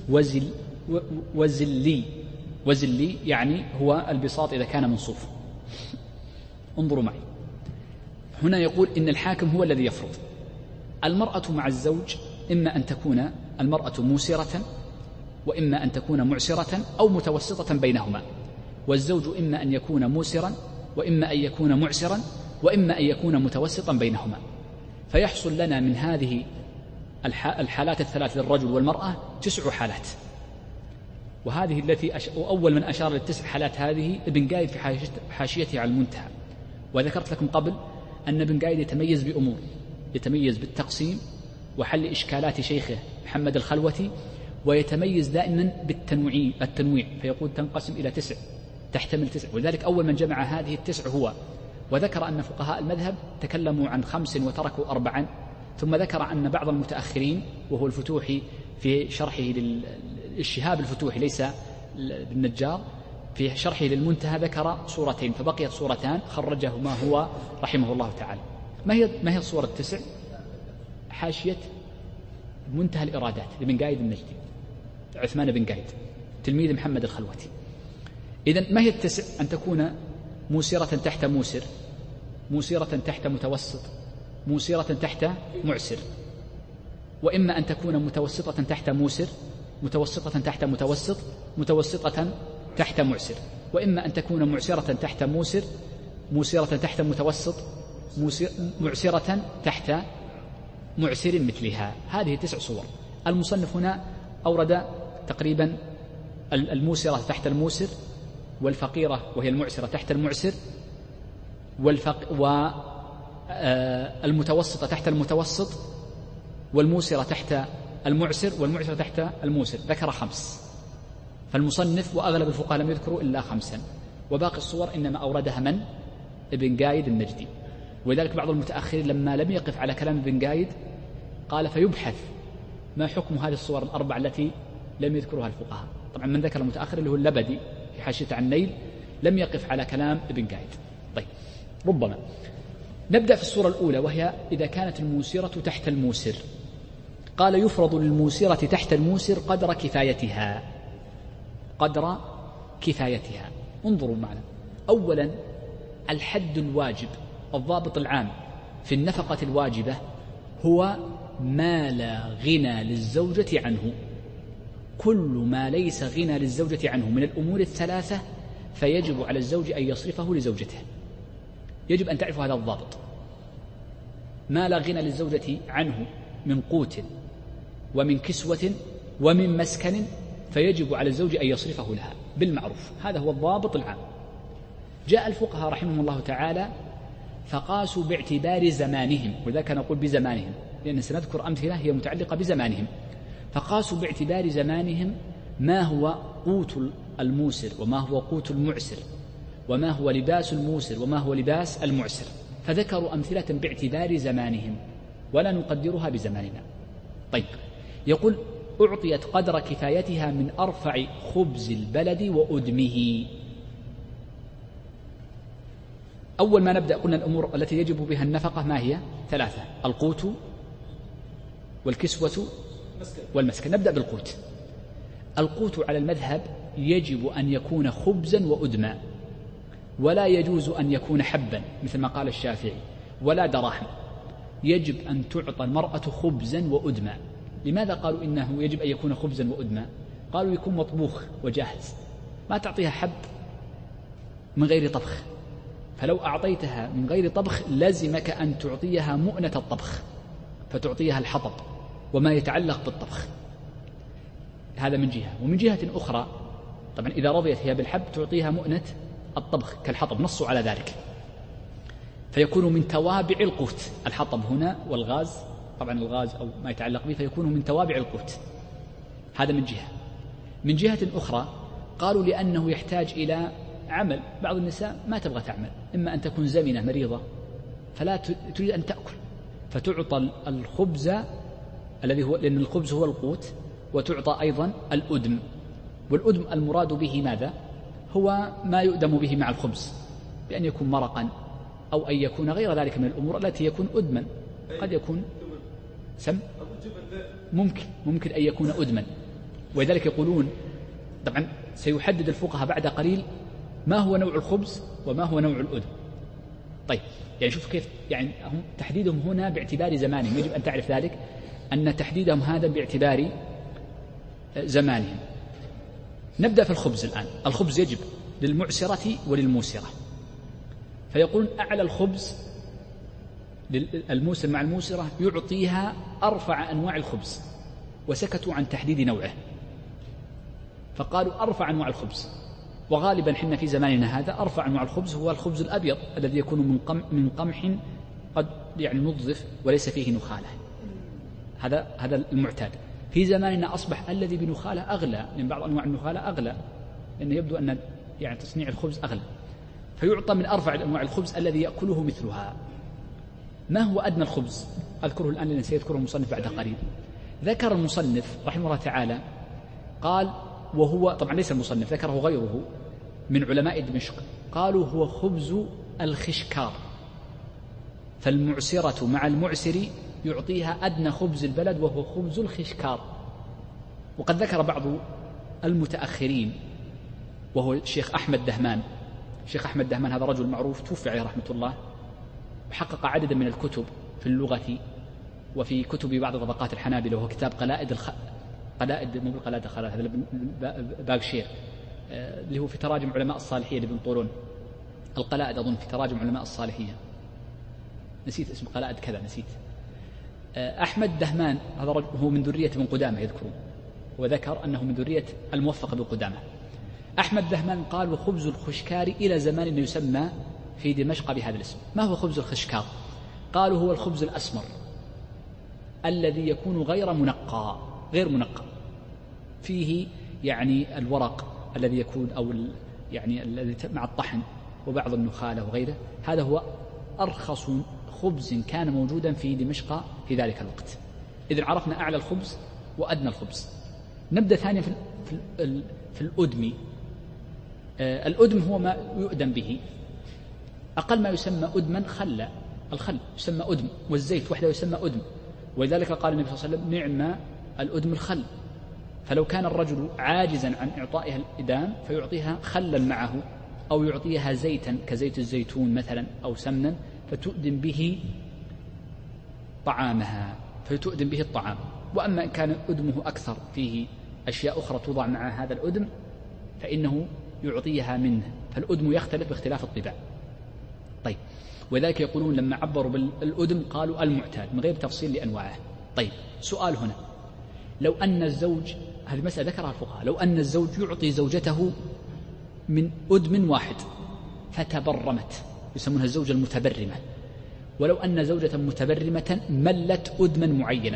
وزلي يعني هو البساط إذا كان من صوف. انظروا معي، هنا يقول إن الحاكم هو الذي يفرض. المرأة مع الزوج إما أن تكون المرأة موسرة، وإما أن تكون معسرة أو متوسطة بينهما، والزوج إما أن يكون موسرا وإما أن يكون معسرا وإما أن يكون متوسطا بينهما. فيحصل لنا من هذه الحالات الثلاث للرجل والمرأة 9 حالات، وهذه التي أول من أشار للتسع حالات هذه ابن قايد في حاشيته على المنتهى. وذكرت لكم قبل أن ابن قايد يتميز بأمور، يتميز بالتقسيم وحل إشكالات شيخه محمد الخلوتي، ويتميز دائما التنويع، فيقول تنقسم إلى 9 تحتمل 9، ولذلك أول من جمع هذه 9 هو. وذكر أن فقهاء المذهب تكلموا عن 5 وتركوا 4، ثم ذكر أن بعض المتأخرين وهو الفتوحي في شرحه للشهاب الفتوحي ليس النجار، في شرحه للمنتهى ذكر 2 فبقيت 2 خرجهما هو رحمه الله تعالى. ما هي الصور 9؟ حاشية منتهى الإرادات لابن قايد النجدي، عثمان بن قايد تلميذ محمد الخلوتي. إذن ما هي 9؟ أن تكون موسرة تحت موسر، موسرة تحت متوسط، موسرة تحت معسر، وإما أن تكون متوسطة تحت موسر، متوسطة تحت متوسط، متوسطة تحت معسر، وإما أن تكون معسرة تحت موسر، موسرة تحت متوسط، معسرة تحت معسر مثلها. هذه 9 صور. المصنف هنا أورد تقريبا الموسرة تحت الموسر، والفقيرة وهي المعسرة تحت المعسر، والمتوسطة تحت المتوسط، والموسرة تحت المعسر، والمعسرة تحت الموسر. ذكر 5، فالمصنف وأغلب الفقهاء لم يذكروا إلا 5، وباقي الصور إنما أوردها من؟ ابن قايد النجدي. ولذلك بعض المتأخرين لما لم يقف على كلام ابن قايد قال فيبحث ما حكم هذه الصور 4 التي لم يذكرها الفقهاء. طبعا من ذكر المتأخر اللي هو اللبدي في حاشيته عن النيل لم يقف على كلام ابن قايد. طيب، ربما نبدأ في الصورة الأولى، وهي إذا كانت الموسرة تحت الموسر. قال: يفرض للموسرة تحت الموسر قدر كفايتها. قدر كفايتها. انظروا معنا. أولا، الحد الواجب، الضابط العام في النفقة الواجبة هو ما لا غنى للزوجة عنه. كل ما ليس غنى للزوجة عنه من الأمور 3 فيجب على الزوج أن يصرفه لزوجته. يجب أن تعرفوا هذا الضابط. ما لا غنى للزوجة عنه من قوت ومن كسوة ومن مسكن فيجب على الزوج أن يصرفه لها بالمعروف. هذا هو الضابط العام. جاء الفقهاء رحمهم الله تعالى فقاسوا باعتبار زمانهم، ولذلك نقول بزمانهم لأن سنذكر أمثلة هي متعلقة بزمانهم. فقاسوا باعتبار زمانهم ما هو قوت الموسر وما هو قوت المعسر، وما هو لباس الموسر وما هو لباس المعسر، فذكروا أمثلة باعتبار زمانهم ولا نقدرها بزماننا. طيب، يقول أعطيت قدر كفايتها من أرفع خبز البلد وأدمه. أول ما نبدأ قلنا الأمور التي يجب بها النفقة ما هي؟ 3: القوت والكسوة والمسكن. نبدأ بالقوت. القوت على المذهب يجب أن يكون خبزا وأدما، ولا يجوز أن يكون حبا مثل ما قال الشافعي، ولا دراهم. يجب أن تعطى المرأة خبزا وأدما. لماذا قالوا إنه يجب أن يكون خبزا وأدما؟ قالوا يكون مطبوخ وجاهز، ما تعطيها حب من غير طبخ، فلو أعطيتها من غير طبخ لزمك أن تعطيها مؤنة الطبخ، فتعطيها الحطب وما يتعلق بالطبخ. هذا من جهة. ومن جهة أخرى طبعا إذا رضيت هي بالحب تعطيها مؤنة الطبخ كالحطب، نصوا على ذلك، فيكون من توابع القوت. الحطب هنا والغاز، طبعا الغاز أو ما يتعلق به، فيكون من توابع القوت. هذا من جهة. من جهة أخرى قالوا لأنه يحتاج إلى عمل. بعض النساء ما تبغى تعمل، إما أن تكون زمنة مريضة فلا تريد أن تأكل، فتعطى الخبز الذي هو، لأن الخبز هو القوت، وتعطى أيضا الأدم. والأدم المراد به ماذا؟ هو ما يؤدم به مع الخبز، بأن يكون مرقا أو أن يكون غير ذلك من الأمور التي يكون أدما. قد يكون ممكن أن يكون أدما. ولذلك يقولون طبعا سيحدد الفقهاء بعد قليل ما هو نوع الخبز وما هو نوع الأدم. طيب، يعني شوف كيف يعني هم تحديدهم هنا باعتبار زمانهم، يجب أن تعرف ذلك أن تحديدهم هذا باعتبار زمانهم. نبدأ في الخبز الآن. الخبز يجب للمعسرة وللموسرة، فيقولون أعلى الخبز للموسر مع الموسرة يعطيها أرفع أنواع الخبز، وسكتوا عن تحديد نوعه، فقالوا أرفع أنواع الخبز. وغالبا حنا في زماننا هذا أرفع أنواع الخبز هو الخبز الأبيض الذي يكون من قمح قد يعني نضف وليس فيه نخالة. هذا المعتاد. في زماننا أصبح الذي بنخالة أغلى، لأن بعض أنواع النخالة أغلى، لأنه يبدو أن يعني تصنيع الخبز أغلى، فيعطى من أرفع أنواع الخبز الذي يأكله مثلها. ما هو أدنى الخبز؟ أذكره الآن لأن سيذكره المصنف بعد قليل. ذكر المصنف رحمه الله تعالى قال، وهو طبعا ليس المصنف، ذكره غيره من علماء دمشق، قالوا هو خبز الخشكار. فالمعسرة مع المعسر يعطيها أدنى خبز البلد وهو خبز الخشكار. وقد ذكر بعض المتأخرين وهو الشيخ أحمد دهمان. الشيخ أحمد دهمان هذا رجل معروف توفي عليه رحمة الله، وحقق عددا من الكتب في اللغة وفي كتب بعض طبقات الحنابلة، وهو كتاب قلائد مو بالقلائد هذا باغشير اللي هو في تراجم علماء الصالحية لابن طولون. القلائد أظن في تراجم علماء الصالحية، نسيت اسم قلائد كذا نسيت. أحمد دهمان هذا رجل هو من ذرية ابن قدامة يذكرون، وذكر أنه من ذرية الموفق ابن قدامة. أحمد دهمان قال وخبز الخشكار إلى زمان يسمى في دمشق بهذا الاسم. ما هو خبز الخشكار؟ قالوا هو الخبز الأسمر الذي يكون غير منقى فيه يعني الورق الذي يكون أو يعني الذي مع الطحن وبعض النخالة وغيره. هذا هو أرخص خبز كان موجودا في دمشق في ذلك الوقت. إذن عرفنا أعلى الخبز وأدنى الخبز. نبدأ ثانيا في الأدم. الأدم هو ما يؤدم به. أقل ما يسمى أدما الخل يسمى أدم، والزيت وحده يسمى أدم. ولذلك قال النبي صلى الله عليه وسلم نعم الأدم الخل. فلو كان الرجل عاجزا عن إعطائها الإدام فيعطيها خلا معه، أو يعطيها زيتا كزيت الزيتون مثلا أو سمنا فتؤدم به طعامها، فتؤدم به الطعام. وأما إن كان أدمه أكثر فيه أشياء أخرى توضع مع هذا الأدم فإنه يعطيها منه. فالأدم يختلف باختلاف الطباع. طيب، وذلك يقولون لما عبروا بالأدم قالوا المعتاد من غير تفصيل لأنواعه. طيب، سؤال هنا، لو أن الزوج، هذه مسألة ذكرها الفقهاء، لو أن الزوج يعطي زوجته من أدم واحد فتبرمت، يسمونها الزوجة المتبرمة، ولو أن زوجة متبرمة ملت أدما معينا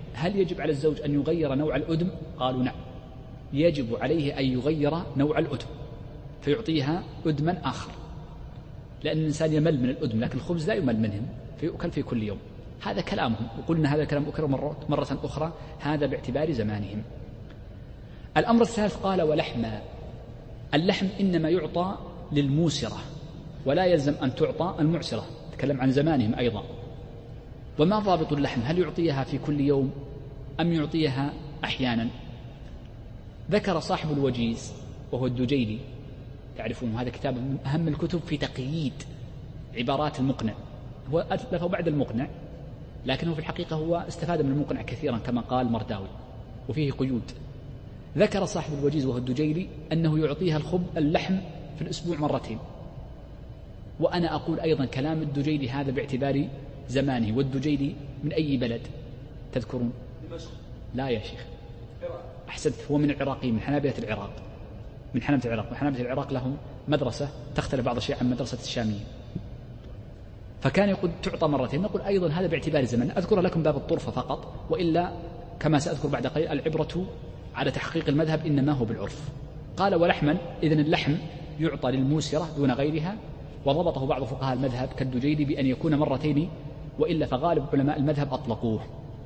هل يجب على الزوج أن يغير نوع الأدم؟ قالوا نعم، يجب عليه أن يغير نوع الأدم فيعطيها أدما آخر، لأن الإنسان يمل من الأدم، لكن الخبز لا يمل منهم فيؤكل في كل يوم. هذا كلامهم، وقلنا هذا الكلام أكرر مرة أخرى، هذا باعتبار زمانهم. الأمر الثالث قال ولحما. اللحم إنما يعطى للموسرة ولا يلزم أن تعطى المعسرة، تكلم عن زمانهم أيضا. وما ضابط اللحم؟ هل يعطيها في كل يوم أم يعطيها أحيانا؟ ذكر صاحب الوجيز وهو الدجيلي، تعرفون هذا كتاب من أهم الكتب في تقييد عبارات المقنع، هو ألفه بعد المقنع لكنه في الحقيقة هو استفاد من المقنع كثيرا كما قال مرداوي، وفيه قيود. ذكر صاحب الوجيز وهو الدجيلي أنه يعطيها اللحم في الأسبوع مرتين. وأنا أقول أيضا كلام الدجيلي هذا باعتبار زمانه. والدجيلي من أي بلد تذكرون؟ لا يا شيخ، أحسنت، هو من العراقيين، من حنابلة العراق، من حنابلة العراق. وحنابلة العراق لهم مدرسة تختلف بعض الشيء عن مدرسة الشاميين، فكان يقول تعطى مرتين. نقول أيضا هذا باعتبار زمن. أذكر لكم باب الطرفة فقط، وإلا كما سأذكر بعد قليل العبرة على تحقيق المذهب إنما هو بالعرف. قال ولحما، إذن اللحم يعطى للموسرة دون غيرها، وضبطه بعض فقهاء المذهب كالدجيلي بأن يكون مرتين، وإلا فغالب علماء المذهب أطلقوه.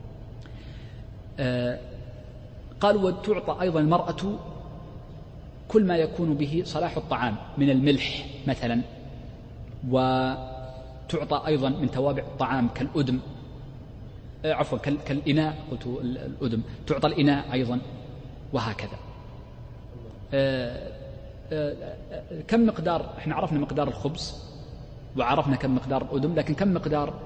قالوا وتعطى أيضا المرأة كل ما يكون به صلاح الطعام من الملح مثلا، وتعطى أيضا من توابع الطعام كالأدم، عفوا كالإناء، قلت الأدم، تعطى الإناء أيضا، وهكذا. كم مقدار؟ احنا عرفنا مقدار الخبز وعرفنا كم مقدار الأدم، لكن كم مقدار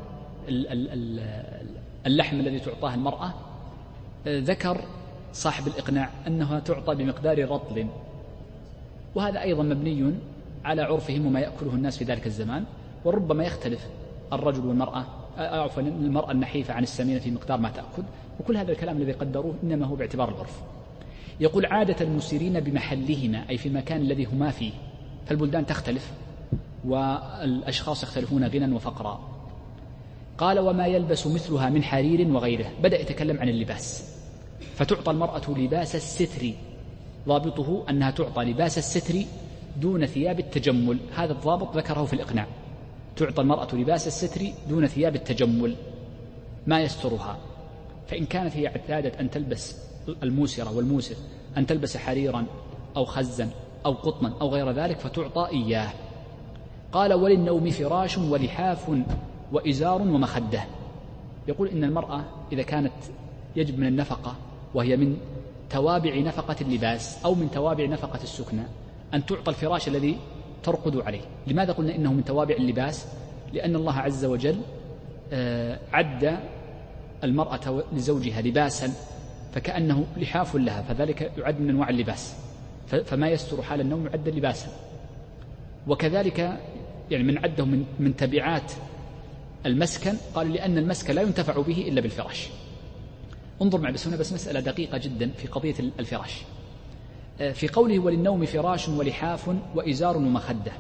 اللحم الذي تعطاه المرأة؟ ذكر صاحب الإقناع أنها تعطى بمقدار رطل، وهذا أيضا مبني على عرفهم وما يأكله الناس في ذلك الزمان، وربما يختلف الرجل والمرأة، عفوا المرأة النحيفة عن السمينة في مقدار ما تأكل، وكل هذا الكلام الذي قدروه إنما هو باعتبار العرف. يقول عادة المسيرين بمحلهما، أي في المكان الذي هما فيه، فالبلدان تختلف والأشخاص يختلفون غنى وفقرا. قال وما يلبس مثلها من حرير وغيره، بدأ يتكلم عن اللباس. فتعطى المرأة لباس الستر، ضابطه أنها تعطى لباس الستر دون ثياب التجمل، هذا الضابط ذكره في الإقناع. تعطى المرأة لباس الستر دون ثياب التجمل، ما يسترها. فإن كانت هي اعتادت أن تلبس الموسرة والموسر أن تلبس حريرا أو خزا أو قطنا أو غير ذلك فتعطى إياه. قال وللنوم فراش ولحاف وإزار ومخدة. يقول إن المرأة إذا كانت يجب من النفقة، وهي من توابع نفقة اللباس أو من توابع نفقة السكنى، أن تعطى الفراش الذي ترقد عليه. لماذا قلنا إنه من توابع اللباس؟ لأن الله عز وجل عد المرأة لزوجها لباسا فكأنه لحاف لها، فذلك يعد من أنواع اللباس، فما يستر حال النوم يعد لباسا. وكذلك يعني من عده من تبعات المسكن، قال لأن المسكن لا ينتفع به إلا بالفراش. انظر معي بس هنا بس مسألة دقيقة جدا في قضية الفراش. في قوله وللنوم فراش ولحاف وإزار ومخدة،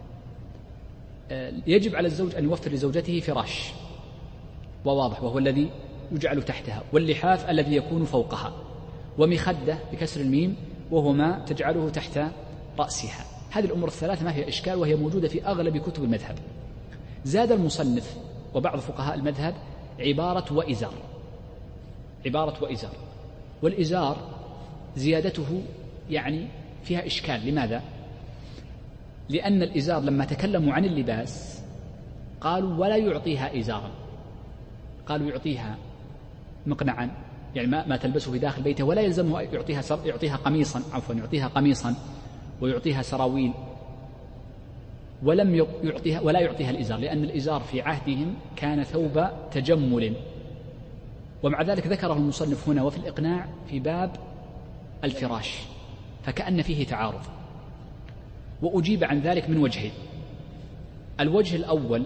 يجب على الزوج أن يوفر لزوجته فراش، وواضح وهو الذي يجعل تحتها، واللحاف الذي يكون فوقها، ومخدة بكسر الميم وهو ما تجعله تحت رأسها. هذه الأمور الثلاثة ما فيها إشكال، وهي موجودة في أغلب كتب المذهب. زاد المصنف وبعض فقهاء المذهب عبارة وإزار، عبارة وإزار، والإزار زيادته يعني فيها إشكال. لماذا؟ لأن الإزار لما تكلموا عن اللباس قالوا ولا يعطيها إزارا، قالوا يعطيها مقنعا، يعني ما تلبسه في داخل بيته، ولا يلزمه يعطيها قميصا، عفوا يعطيها قميصا ويعطيها سراويل، ولا يعطيها الإزار، لأن الإزار في عهدهم كان ثوب تجمل. ومع ذلك ذكره المصنف هنا وفي الإقناع في باب الفراش، فكأن فيه تعارض. وأجيب عن ذلك من وجهين. الوجه الأول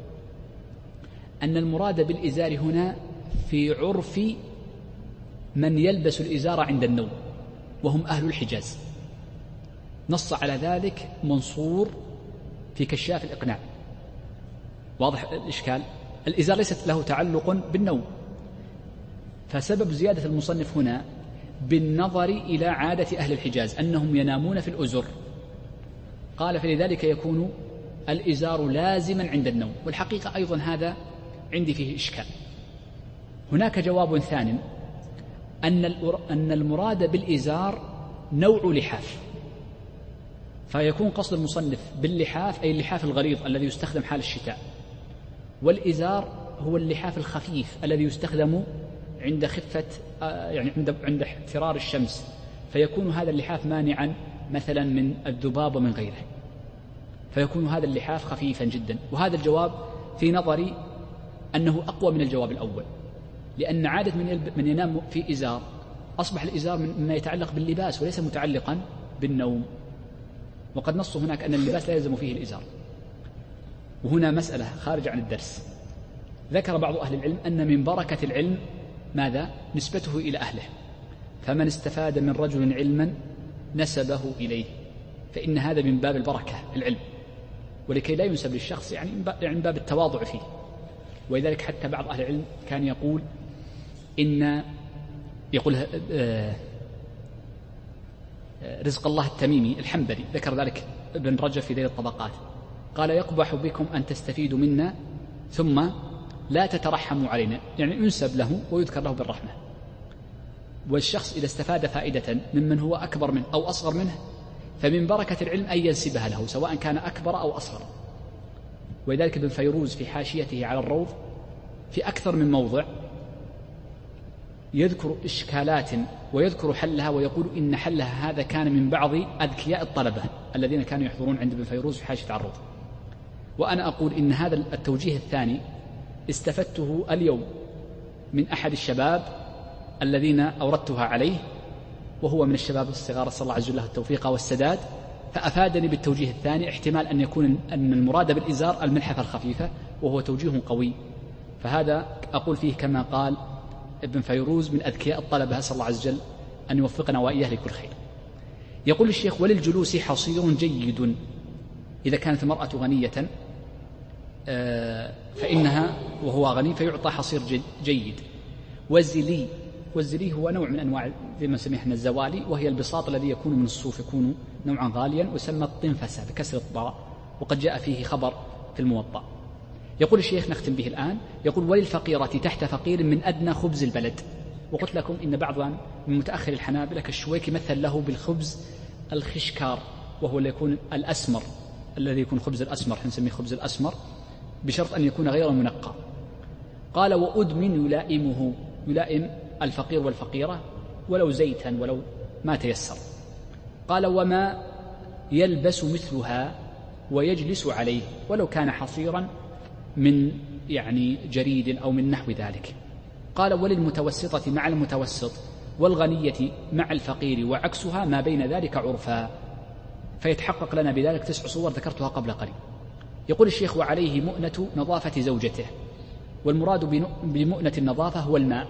أن المراد بالإزار هنا في عرف من يلبس الإزار عند النوم، وهم أهل الحجاز. نص على ذلك منصور في كشاف الإقناع. واضح الإشكال؟ الإزار ليست له تعلق بالنوم، فسبب زيادة المصنف هنا بالنظر إلى عادة أهل الحجاز أنهم ينامون في الأزر، قال فلذلك يكون الإزار لازما عند النوم. والحقيقة أيضا هذا عندي فيه إشكال. هناك جواب ثاني، أن المراد بالإزار نوع لحاف، فيكون قصد المصنف باللحاف أي اللحاف الغليظ الذي يستخدم حال الشتاء، والإزار هو اللحاف الخفيف الذي يستخدم عند خفة يعني عند احترار الشمس، فيكون هذا اللحاف مانعا مثلا من الذباب ومن غيره، فيكون هذا اللحاف خفيفا جدا. وهذا الجواب في نظري أنه أقوى من الجواب الأول، لأن عادة من ينام في إزار أصبح الإزار مما يتعلق باللباس وليس متعلقا بالنوم، وقد نص هناك أن اللباس لا يلزم فيه الإزار. وهنا مسألة خارج عن الدرس. ذكر بعض أهل العلم أن من بركة العلم ماذا؟ نسبته إلى أهله، فمن استفاد من رجل علما نسبه إليه، فإن هذا من باب البركة العلم، ولكي لا ينسب للشخص يعني من باب التواضع فيه. ولذلك حتى بعض أهل العلم كان يقول رزق الله التميمي الحنبلي ذكر ذلك ابن رجب في ذيل الطبقات، قال يقبح بكم أن تستفيدوا منا ثم لا تترحموا علينا، يعني ينسب له ويذكر له بالرحمة. والشخص إذا استفاد فائدة ممن هو أكبر منه أو أصغر منه فمن بركة العلم أن ينسبها له سواء كان أكبر أو أصغر. ولذلك ابن فيروز في حاشيته على الروض في أكثر من موضع يذكر إشكالات ويذكر حلها، ويقول إن حلها هذا كان من بعض أذكياء الطلبة الذين كانوا يحضرون عند ابن فيروز في حاشية على الروض. وأنا أقول إن هذا التوجيه الثاني استفدته اليوم من أحد الشباب الذين أوردتها عليه، وهو من الشباب الصغار، صلى الله عز وجل التوفيق والسداد، فأفادني بالتوجيه الثاني احتمال أن يكون أن المراد بالإزار الملحفة الخفيفة، وهو توجيه قوي. فهذا أقول فيه كما قال ابن فيروز من أذكياء الطلبة، أسأل الله عز وجل أن يوفقنا وإياه لكل خير. يقول الشيخ وللجلوس حصير جيد، إذا كانت المرأة غنية فإنها وهو غني فيعطى حصير جيد. والزلي هو نوع من أنواع زي ما نسميه احنا الزوالي، وهي البساط الذي يكون من الصوف، يكون نوعا غاليا، ويسمى الطنفسة بكسر الطاء، وقد جاء فيه خبر في الموطأ. يقول الشيخ نختم به الآن، يقول وللفقيرة تحت فقير من أدنى خبز البلد. وقلت لكم إن بعضا من متأخر الحنابلة كالشويكي مثل له بالخبز الخشكار، وهو اللي يكون الأسمر، الذي يكون خبز الأسمر، نسميه خبز الأسمر، بشرط أن يكون غير منقى. قال وأدمن يلائم الفقير والفقيرة ولو زيتا ولو ما تيسر. قال وما يلبس مثلها ويجلس عليه ولو كان حصيرا من يعني جريد أو من نحو ذلك. قال وللمتوسطة مع المتوسط والغنية مع الفقير وعكسها ما بين ذلك عرفا. فيتحقق لنا بذلك 9 صور ذكرتها قبل قليل. يقول الشيخ وعليه مؤنة نظافة زوجته، والمراد بمؤنة النظافة هو الماء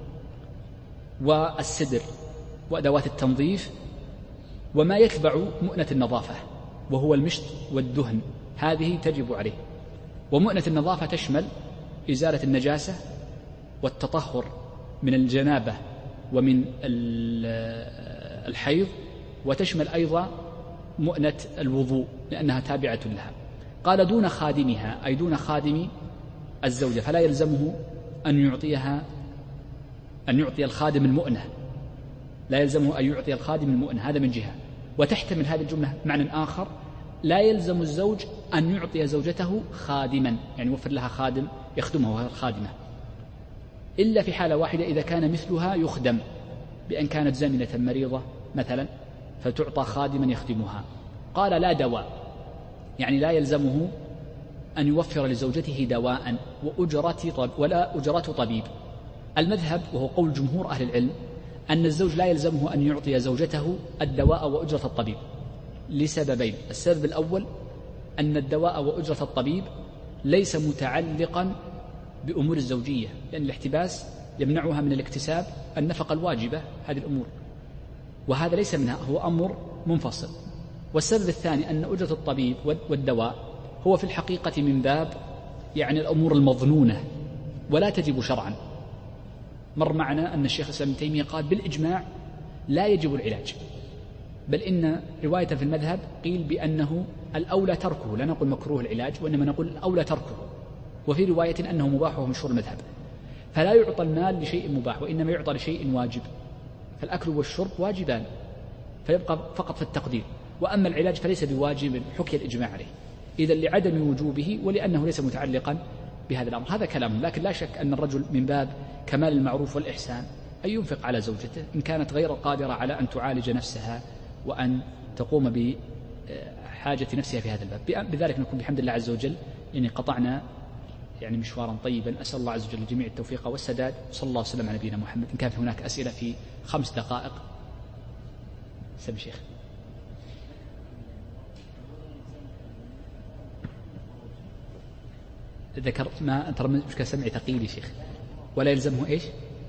والسدر وأدوات التنظيف وما يتبع مؤنة النظافة، وهو المشط والدهن، هذه تجب عليه. ومؤنة النظافة تشمل إزالة النجاسة والتطهر من الجنابة ومن الحيض، وتشمل أيضا مؤنة الوضوء لأنها تابعة لها. قال دون خادمها أي دون خادم الزوجة، فلا يلزمه أن يعطي الخادم المؤنة، لا يلزمه أن يعطي الخادم المؤنة، هذا من جهة. وتحتمل هذه الجملة معنى آخر، لا يلزم الزوج أن يعطي زوجته خادما، يعني يوفر لها خادم يخدمها وهي الخادمة، إلا في حالة واحدة إذا كان مثلها يخدم، بأن كانت زمنة مريضة مثلا فتعطى خادما يخدمها. قال لا دواء، يعني لا يلزمه أن يوفر لزوجته دواء ولا أجرة طبيب. المذهب وهو قول جمهور أهل العلم أن الزوج لا يلزمه أن يعطي زوجته الدواء وأجرة الطبيب لسببين. السبب الأول أن الدواء وأجرة الطبيب ليس متعلقا بأمور الزوجية، لأن الاحتباس يمنعها من الاكتساب النفقة الواجبة، هذه الأمور، وهذا ليس منها، هو أمر منفصل. والسبب الثاني أن أجرة الطبيب والدواء هو في الحقيقة من باب يعني الأمور المظنونة ولا تجب شرعا، مر معنا أن الشيخ الإسلام ابن تيمية قال بالإجماع لا يجب العلاج، بل إن رواية في المذهب قيل بأنه الأولى تركه، لا نقول مكروه العلاج وإنما نقول الأولى تركه، وفي رواية أنه مباح وهو مشهور المذهب. فلا يعطى المال لشيء مباح وإنما يعطى لشيء واجب، فالأكل والشرب واجبان فيبقى فقط في التقدير، وأما العلاج فليس بواجب حكي الإجماع عليه، إذا لعدم وجوبه ولأنه ليس متعلقا بهذا الأمر. هذا كلام، لكن لا شك أن الرجل من باب كمال المعروف والإحسان أن ينفق على زوجته إن كانت غير قادرة على أن تعالج نفسها وأن تقوم بحاجة نفسها في هذا الباب. بذلك نكون بحمد الله عز وجل يعني قطعنا يعني مشوارا طيبا. أسأل الله عز وجل الجميع التوفيق والسداد. صلى الله وسلم على نبينا محمد. إن كان هناك أسئلة في 5 دقائق. سب شيخ. ذكر ما ترى مشكلة سمعي ثقيل يا شيخ، ولا يلزمه إيش؟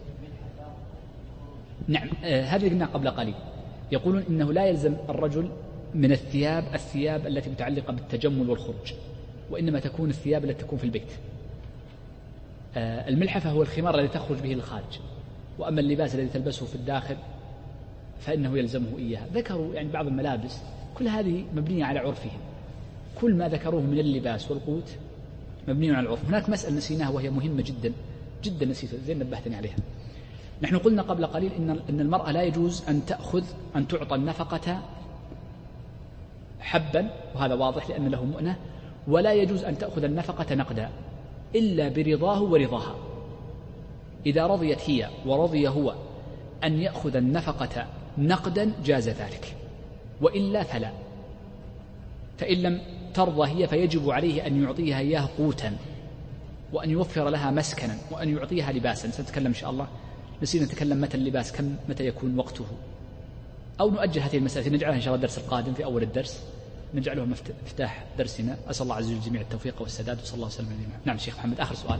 نعم، هذا قلنا قبل قليل. يقولون إنه لا يلزم الرجل من الثياب التي متعلقة بالتجمل والخروج، وإنما تكون الثياب التي تكون في البيت. الملحفة هو الخمار الذي تخرج به للخارج، وأما اللباس الذي تلبسه في الداخل فإنه يلزمه إياها. ذكروا يعني بعض الملابس كل هذه مبنية على عرفهم، كل ما ذكروه من اللباس والقوت مبني على العرف. هناك مسألة نسيناها وهي مهمة جدا جدا، نسيتها زين نبهتني عليها. نحن قلنا قبل قليل إن المرأة لا يجوز أن تعطى النفقة حبا، وهذا واضح لأن له مؤنة، ولا يجوز أن تأخذ النفقة نقدا إلا برضاه ورضاها. إذا رضيت هي ورضي هو أن يأخذ النفقة نقدا جاز ذلك، وإلا فلا. فإن لم ترضى هي فيجب عليه أن يعطيها إياه قوتا، وأن يوفر لها مسكنا، وأن يعطيها لباسا. سنتكلم إن شاء الله، نسينا نتكلم متى اللباس، متى يكون وقته، أو نؤجل هذه المسألة نجعلها إن شاء الله الدرس القادم في أول الدرس، نجعله مفتاح درسنا. أسأل الله عز وجل الجميع التوفيق والسداد، وصلى الله وسلم على نبينا محمد. نعم شيخ محمد، آخر سؤال.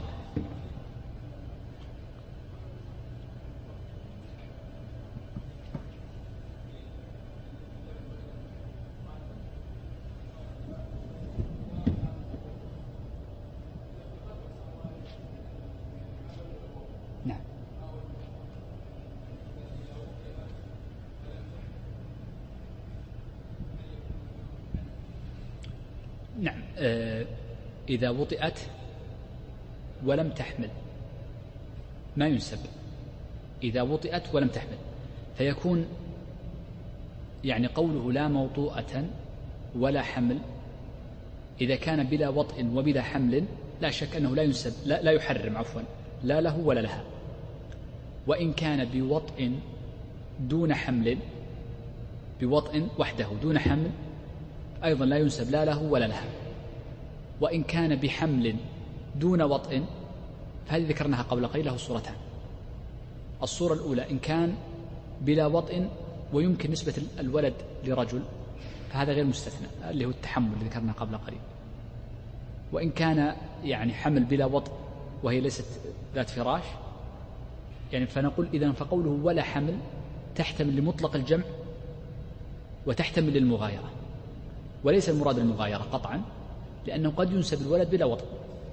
نعم، إذا وطئت ولم تحمل ما ينسب. إذا وطئت ولم تحمل فيكون يعني قوله لا موطوءة ولا حمل، إذا كان بلا وطئ وبلا حمل لا شك أنه لا ينسب، لا يحرم عفوا، لا له ولا لها. وإن كان بوطئ دون حمل، بوطئ وحده دون حمل أيضا لا ينسب لا له ولا لها. وإن كان بحمل دون وطئ فهذه ذكرناها قبل قليل، له صورتان. الصورة الأولى إن كان بلا وطئ ويمكن نسبة الولد لرجل فهذا غير مستثنى، اللي هو التحمل اللي ذكرنا قبل قليل. وإن كان يعني حمل بلا وطئ وهي ليست ذات فراش يعني فنقول إذن فقوله ولا حمل تحتمل لمطلق الجمع وتحتمل للمغايرة، وليس المراد المغايرة قطعا، لأنه قد ينسب الولد بلا وطئ،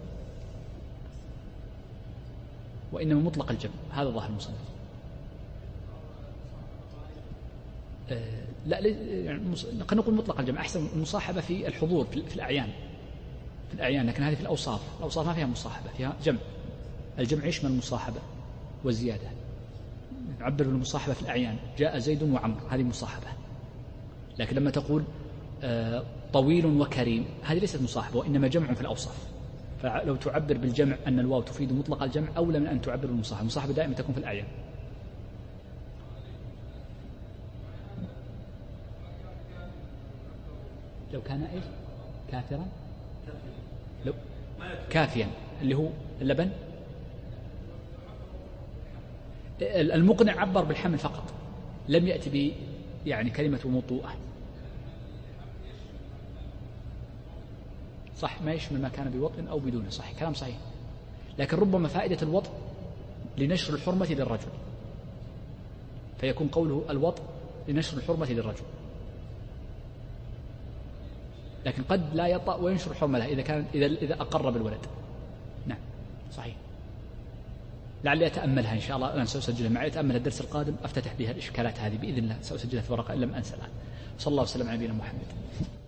وإنما مطلق الجمع. هذا ظاهر المصنف. لا يعني قد نقول مطلق الجمع أحسن. المصاحبة في الحضور في الأعيان، لكن هذه في الأوصاف ما فيها مصاحبة، فيها جمع. الجمع يشمل المصاحبة والزيادة. نعبر بالمصاحبة في الأعيان، جاء زيد وعمر، هذه مصاحبة. لكن لما تقول طويل وكريم هذه ليست مصاحبة، وإنما جمع في الأوصاف. فلو تعبر بالجمع أن الواو تفيد مطلق الجمع أولى من أن تعبر بالمصاحبة. المصاحبة دائما تكون في الأعيان. لو كان إيش كافرا، لو كافيا اللي هو اللبن. المقنع عبر بالحمل فقط، لم يأتي يعني كلمة موطوءة. صح، ما يشمل ما كان بوطء أو بدونه، صح، كلام صحيح. لكن ربما فائدة الوطء لنشر الحرمة للرجل، فيكون قوله الوطء لنشر الحرمة للرجل، لكن قد لا يطأ وينشر الحرمة له إذا أقر بالولد. نعم صحيح. لعلي أتأملها إن شاء الله. الآن سأسجلها معي، أتأمل الدرس القادم أفتتح بها الإشكالات هذه بإذن الله، سأسجلها في ورقة إن لم أنسى الآن. صلى الله وسلم على نبينا محمد.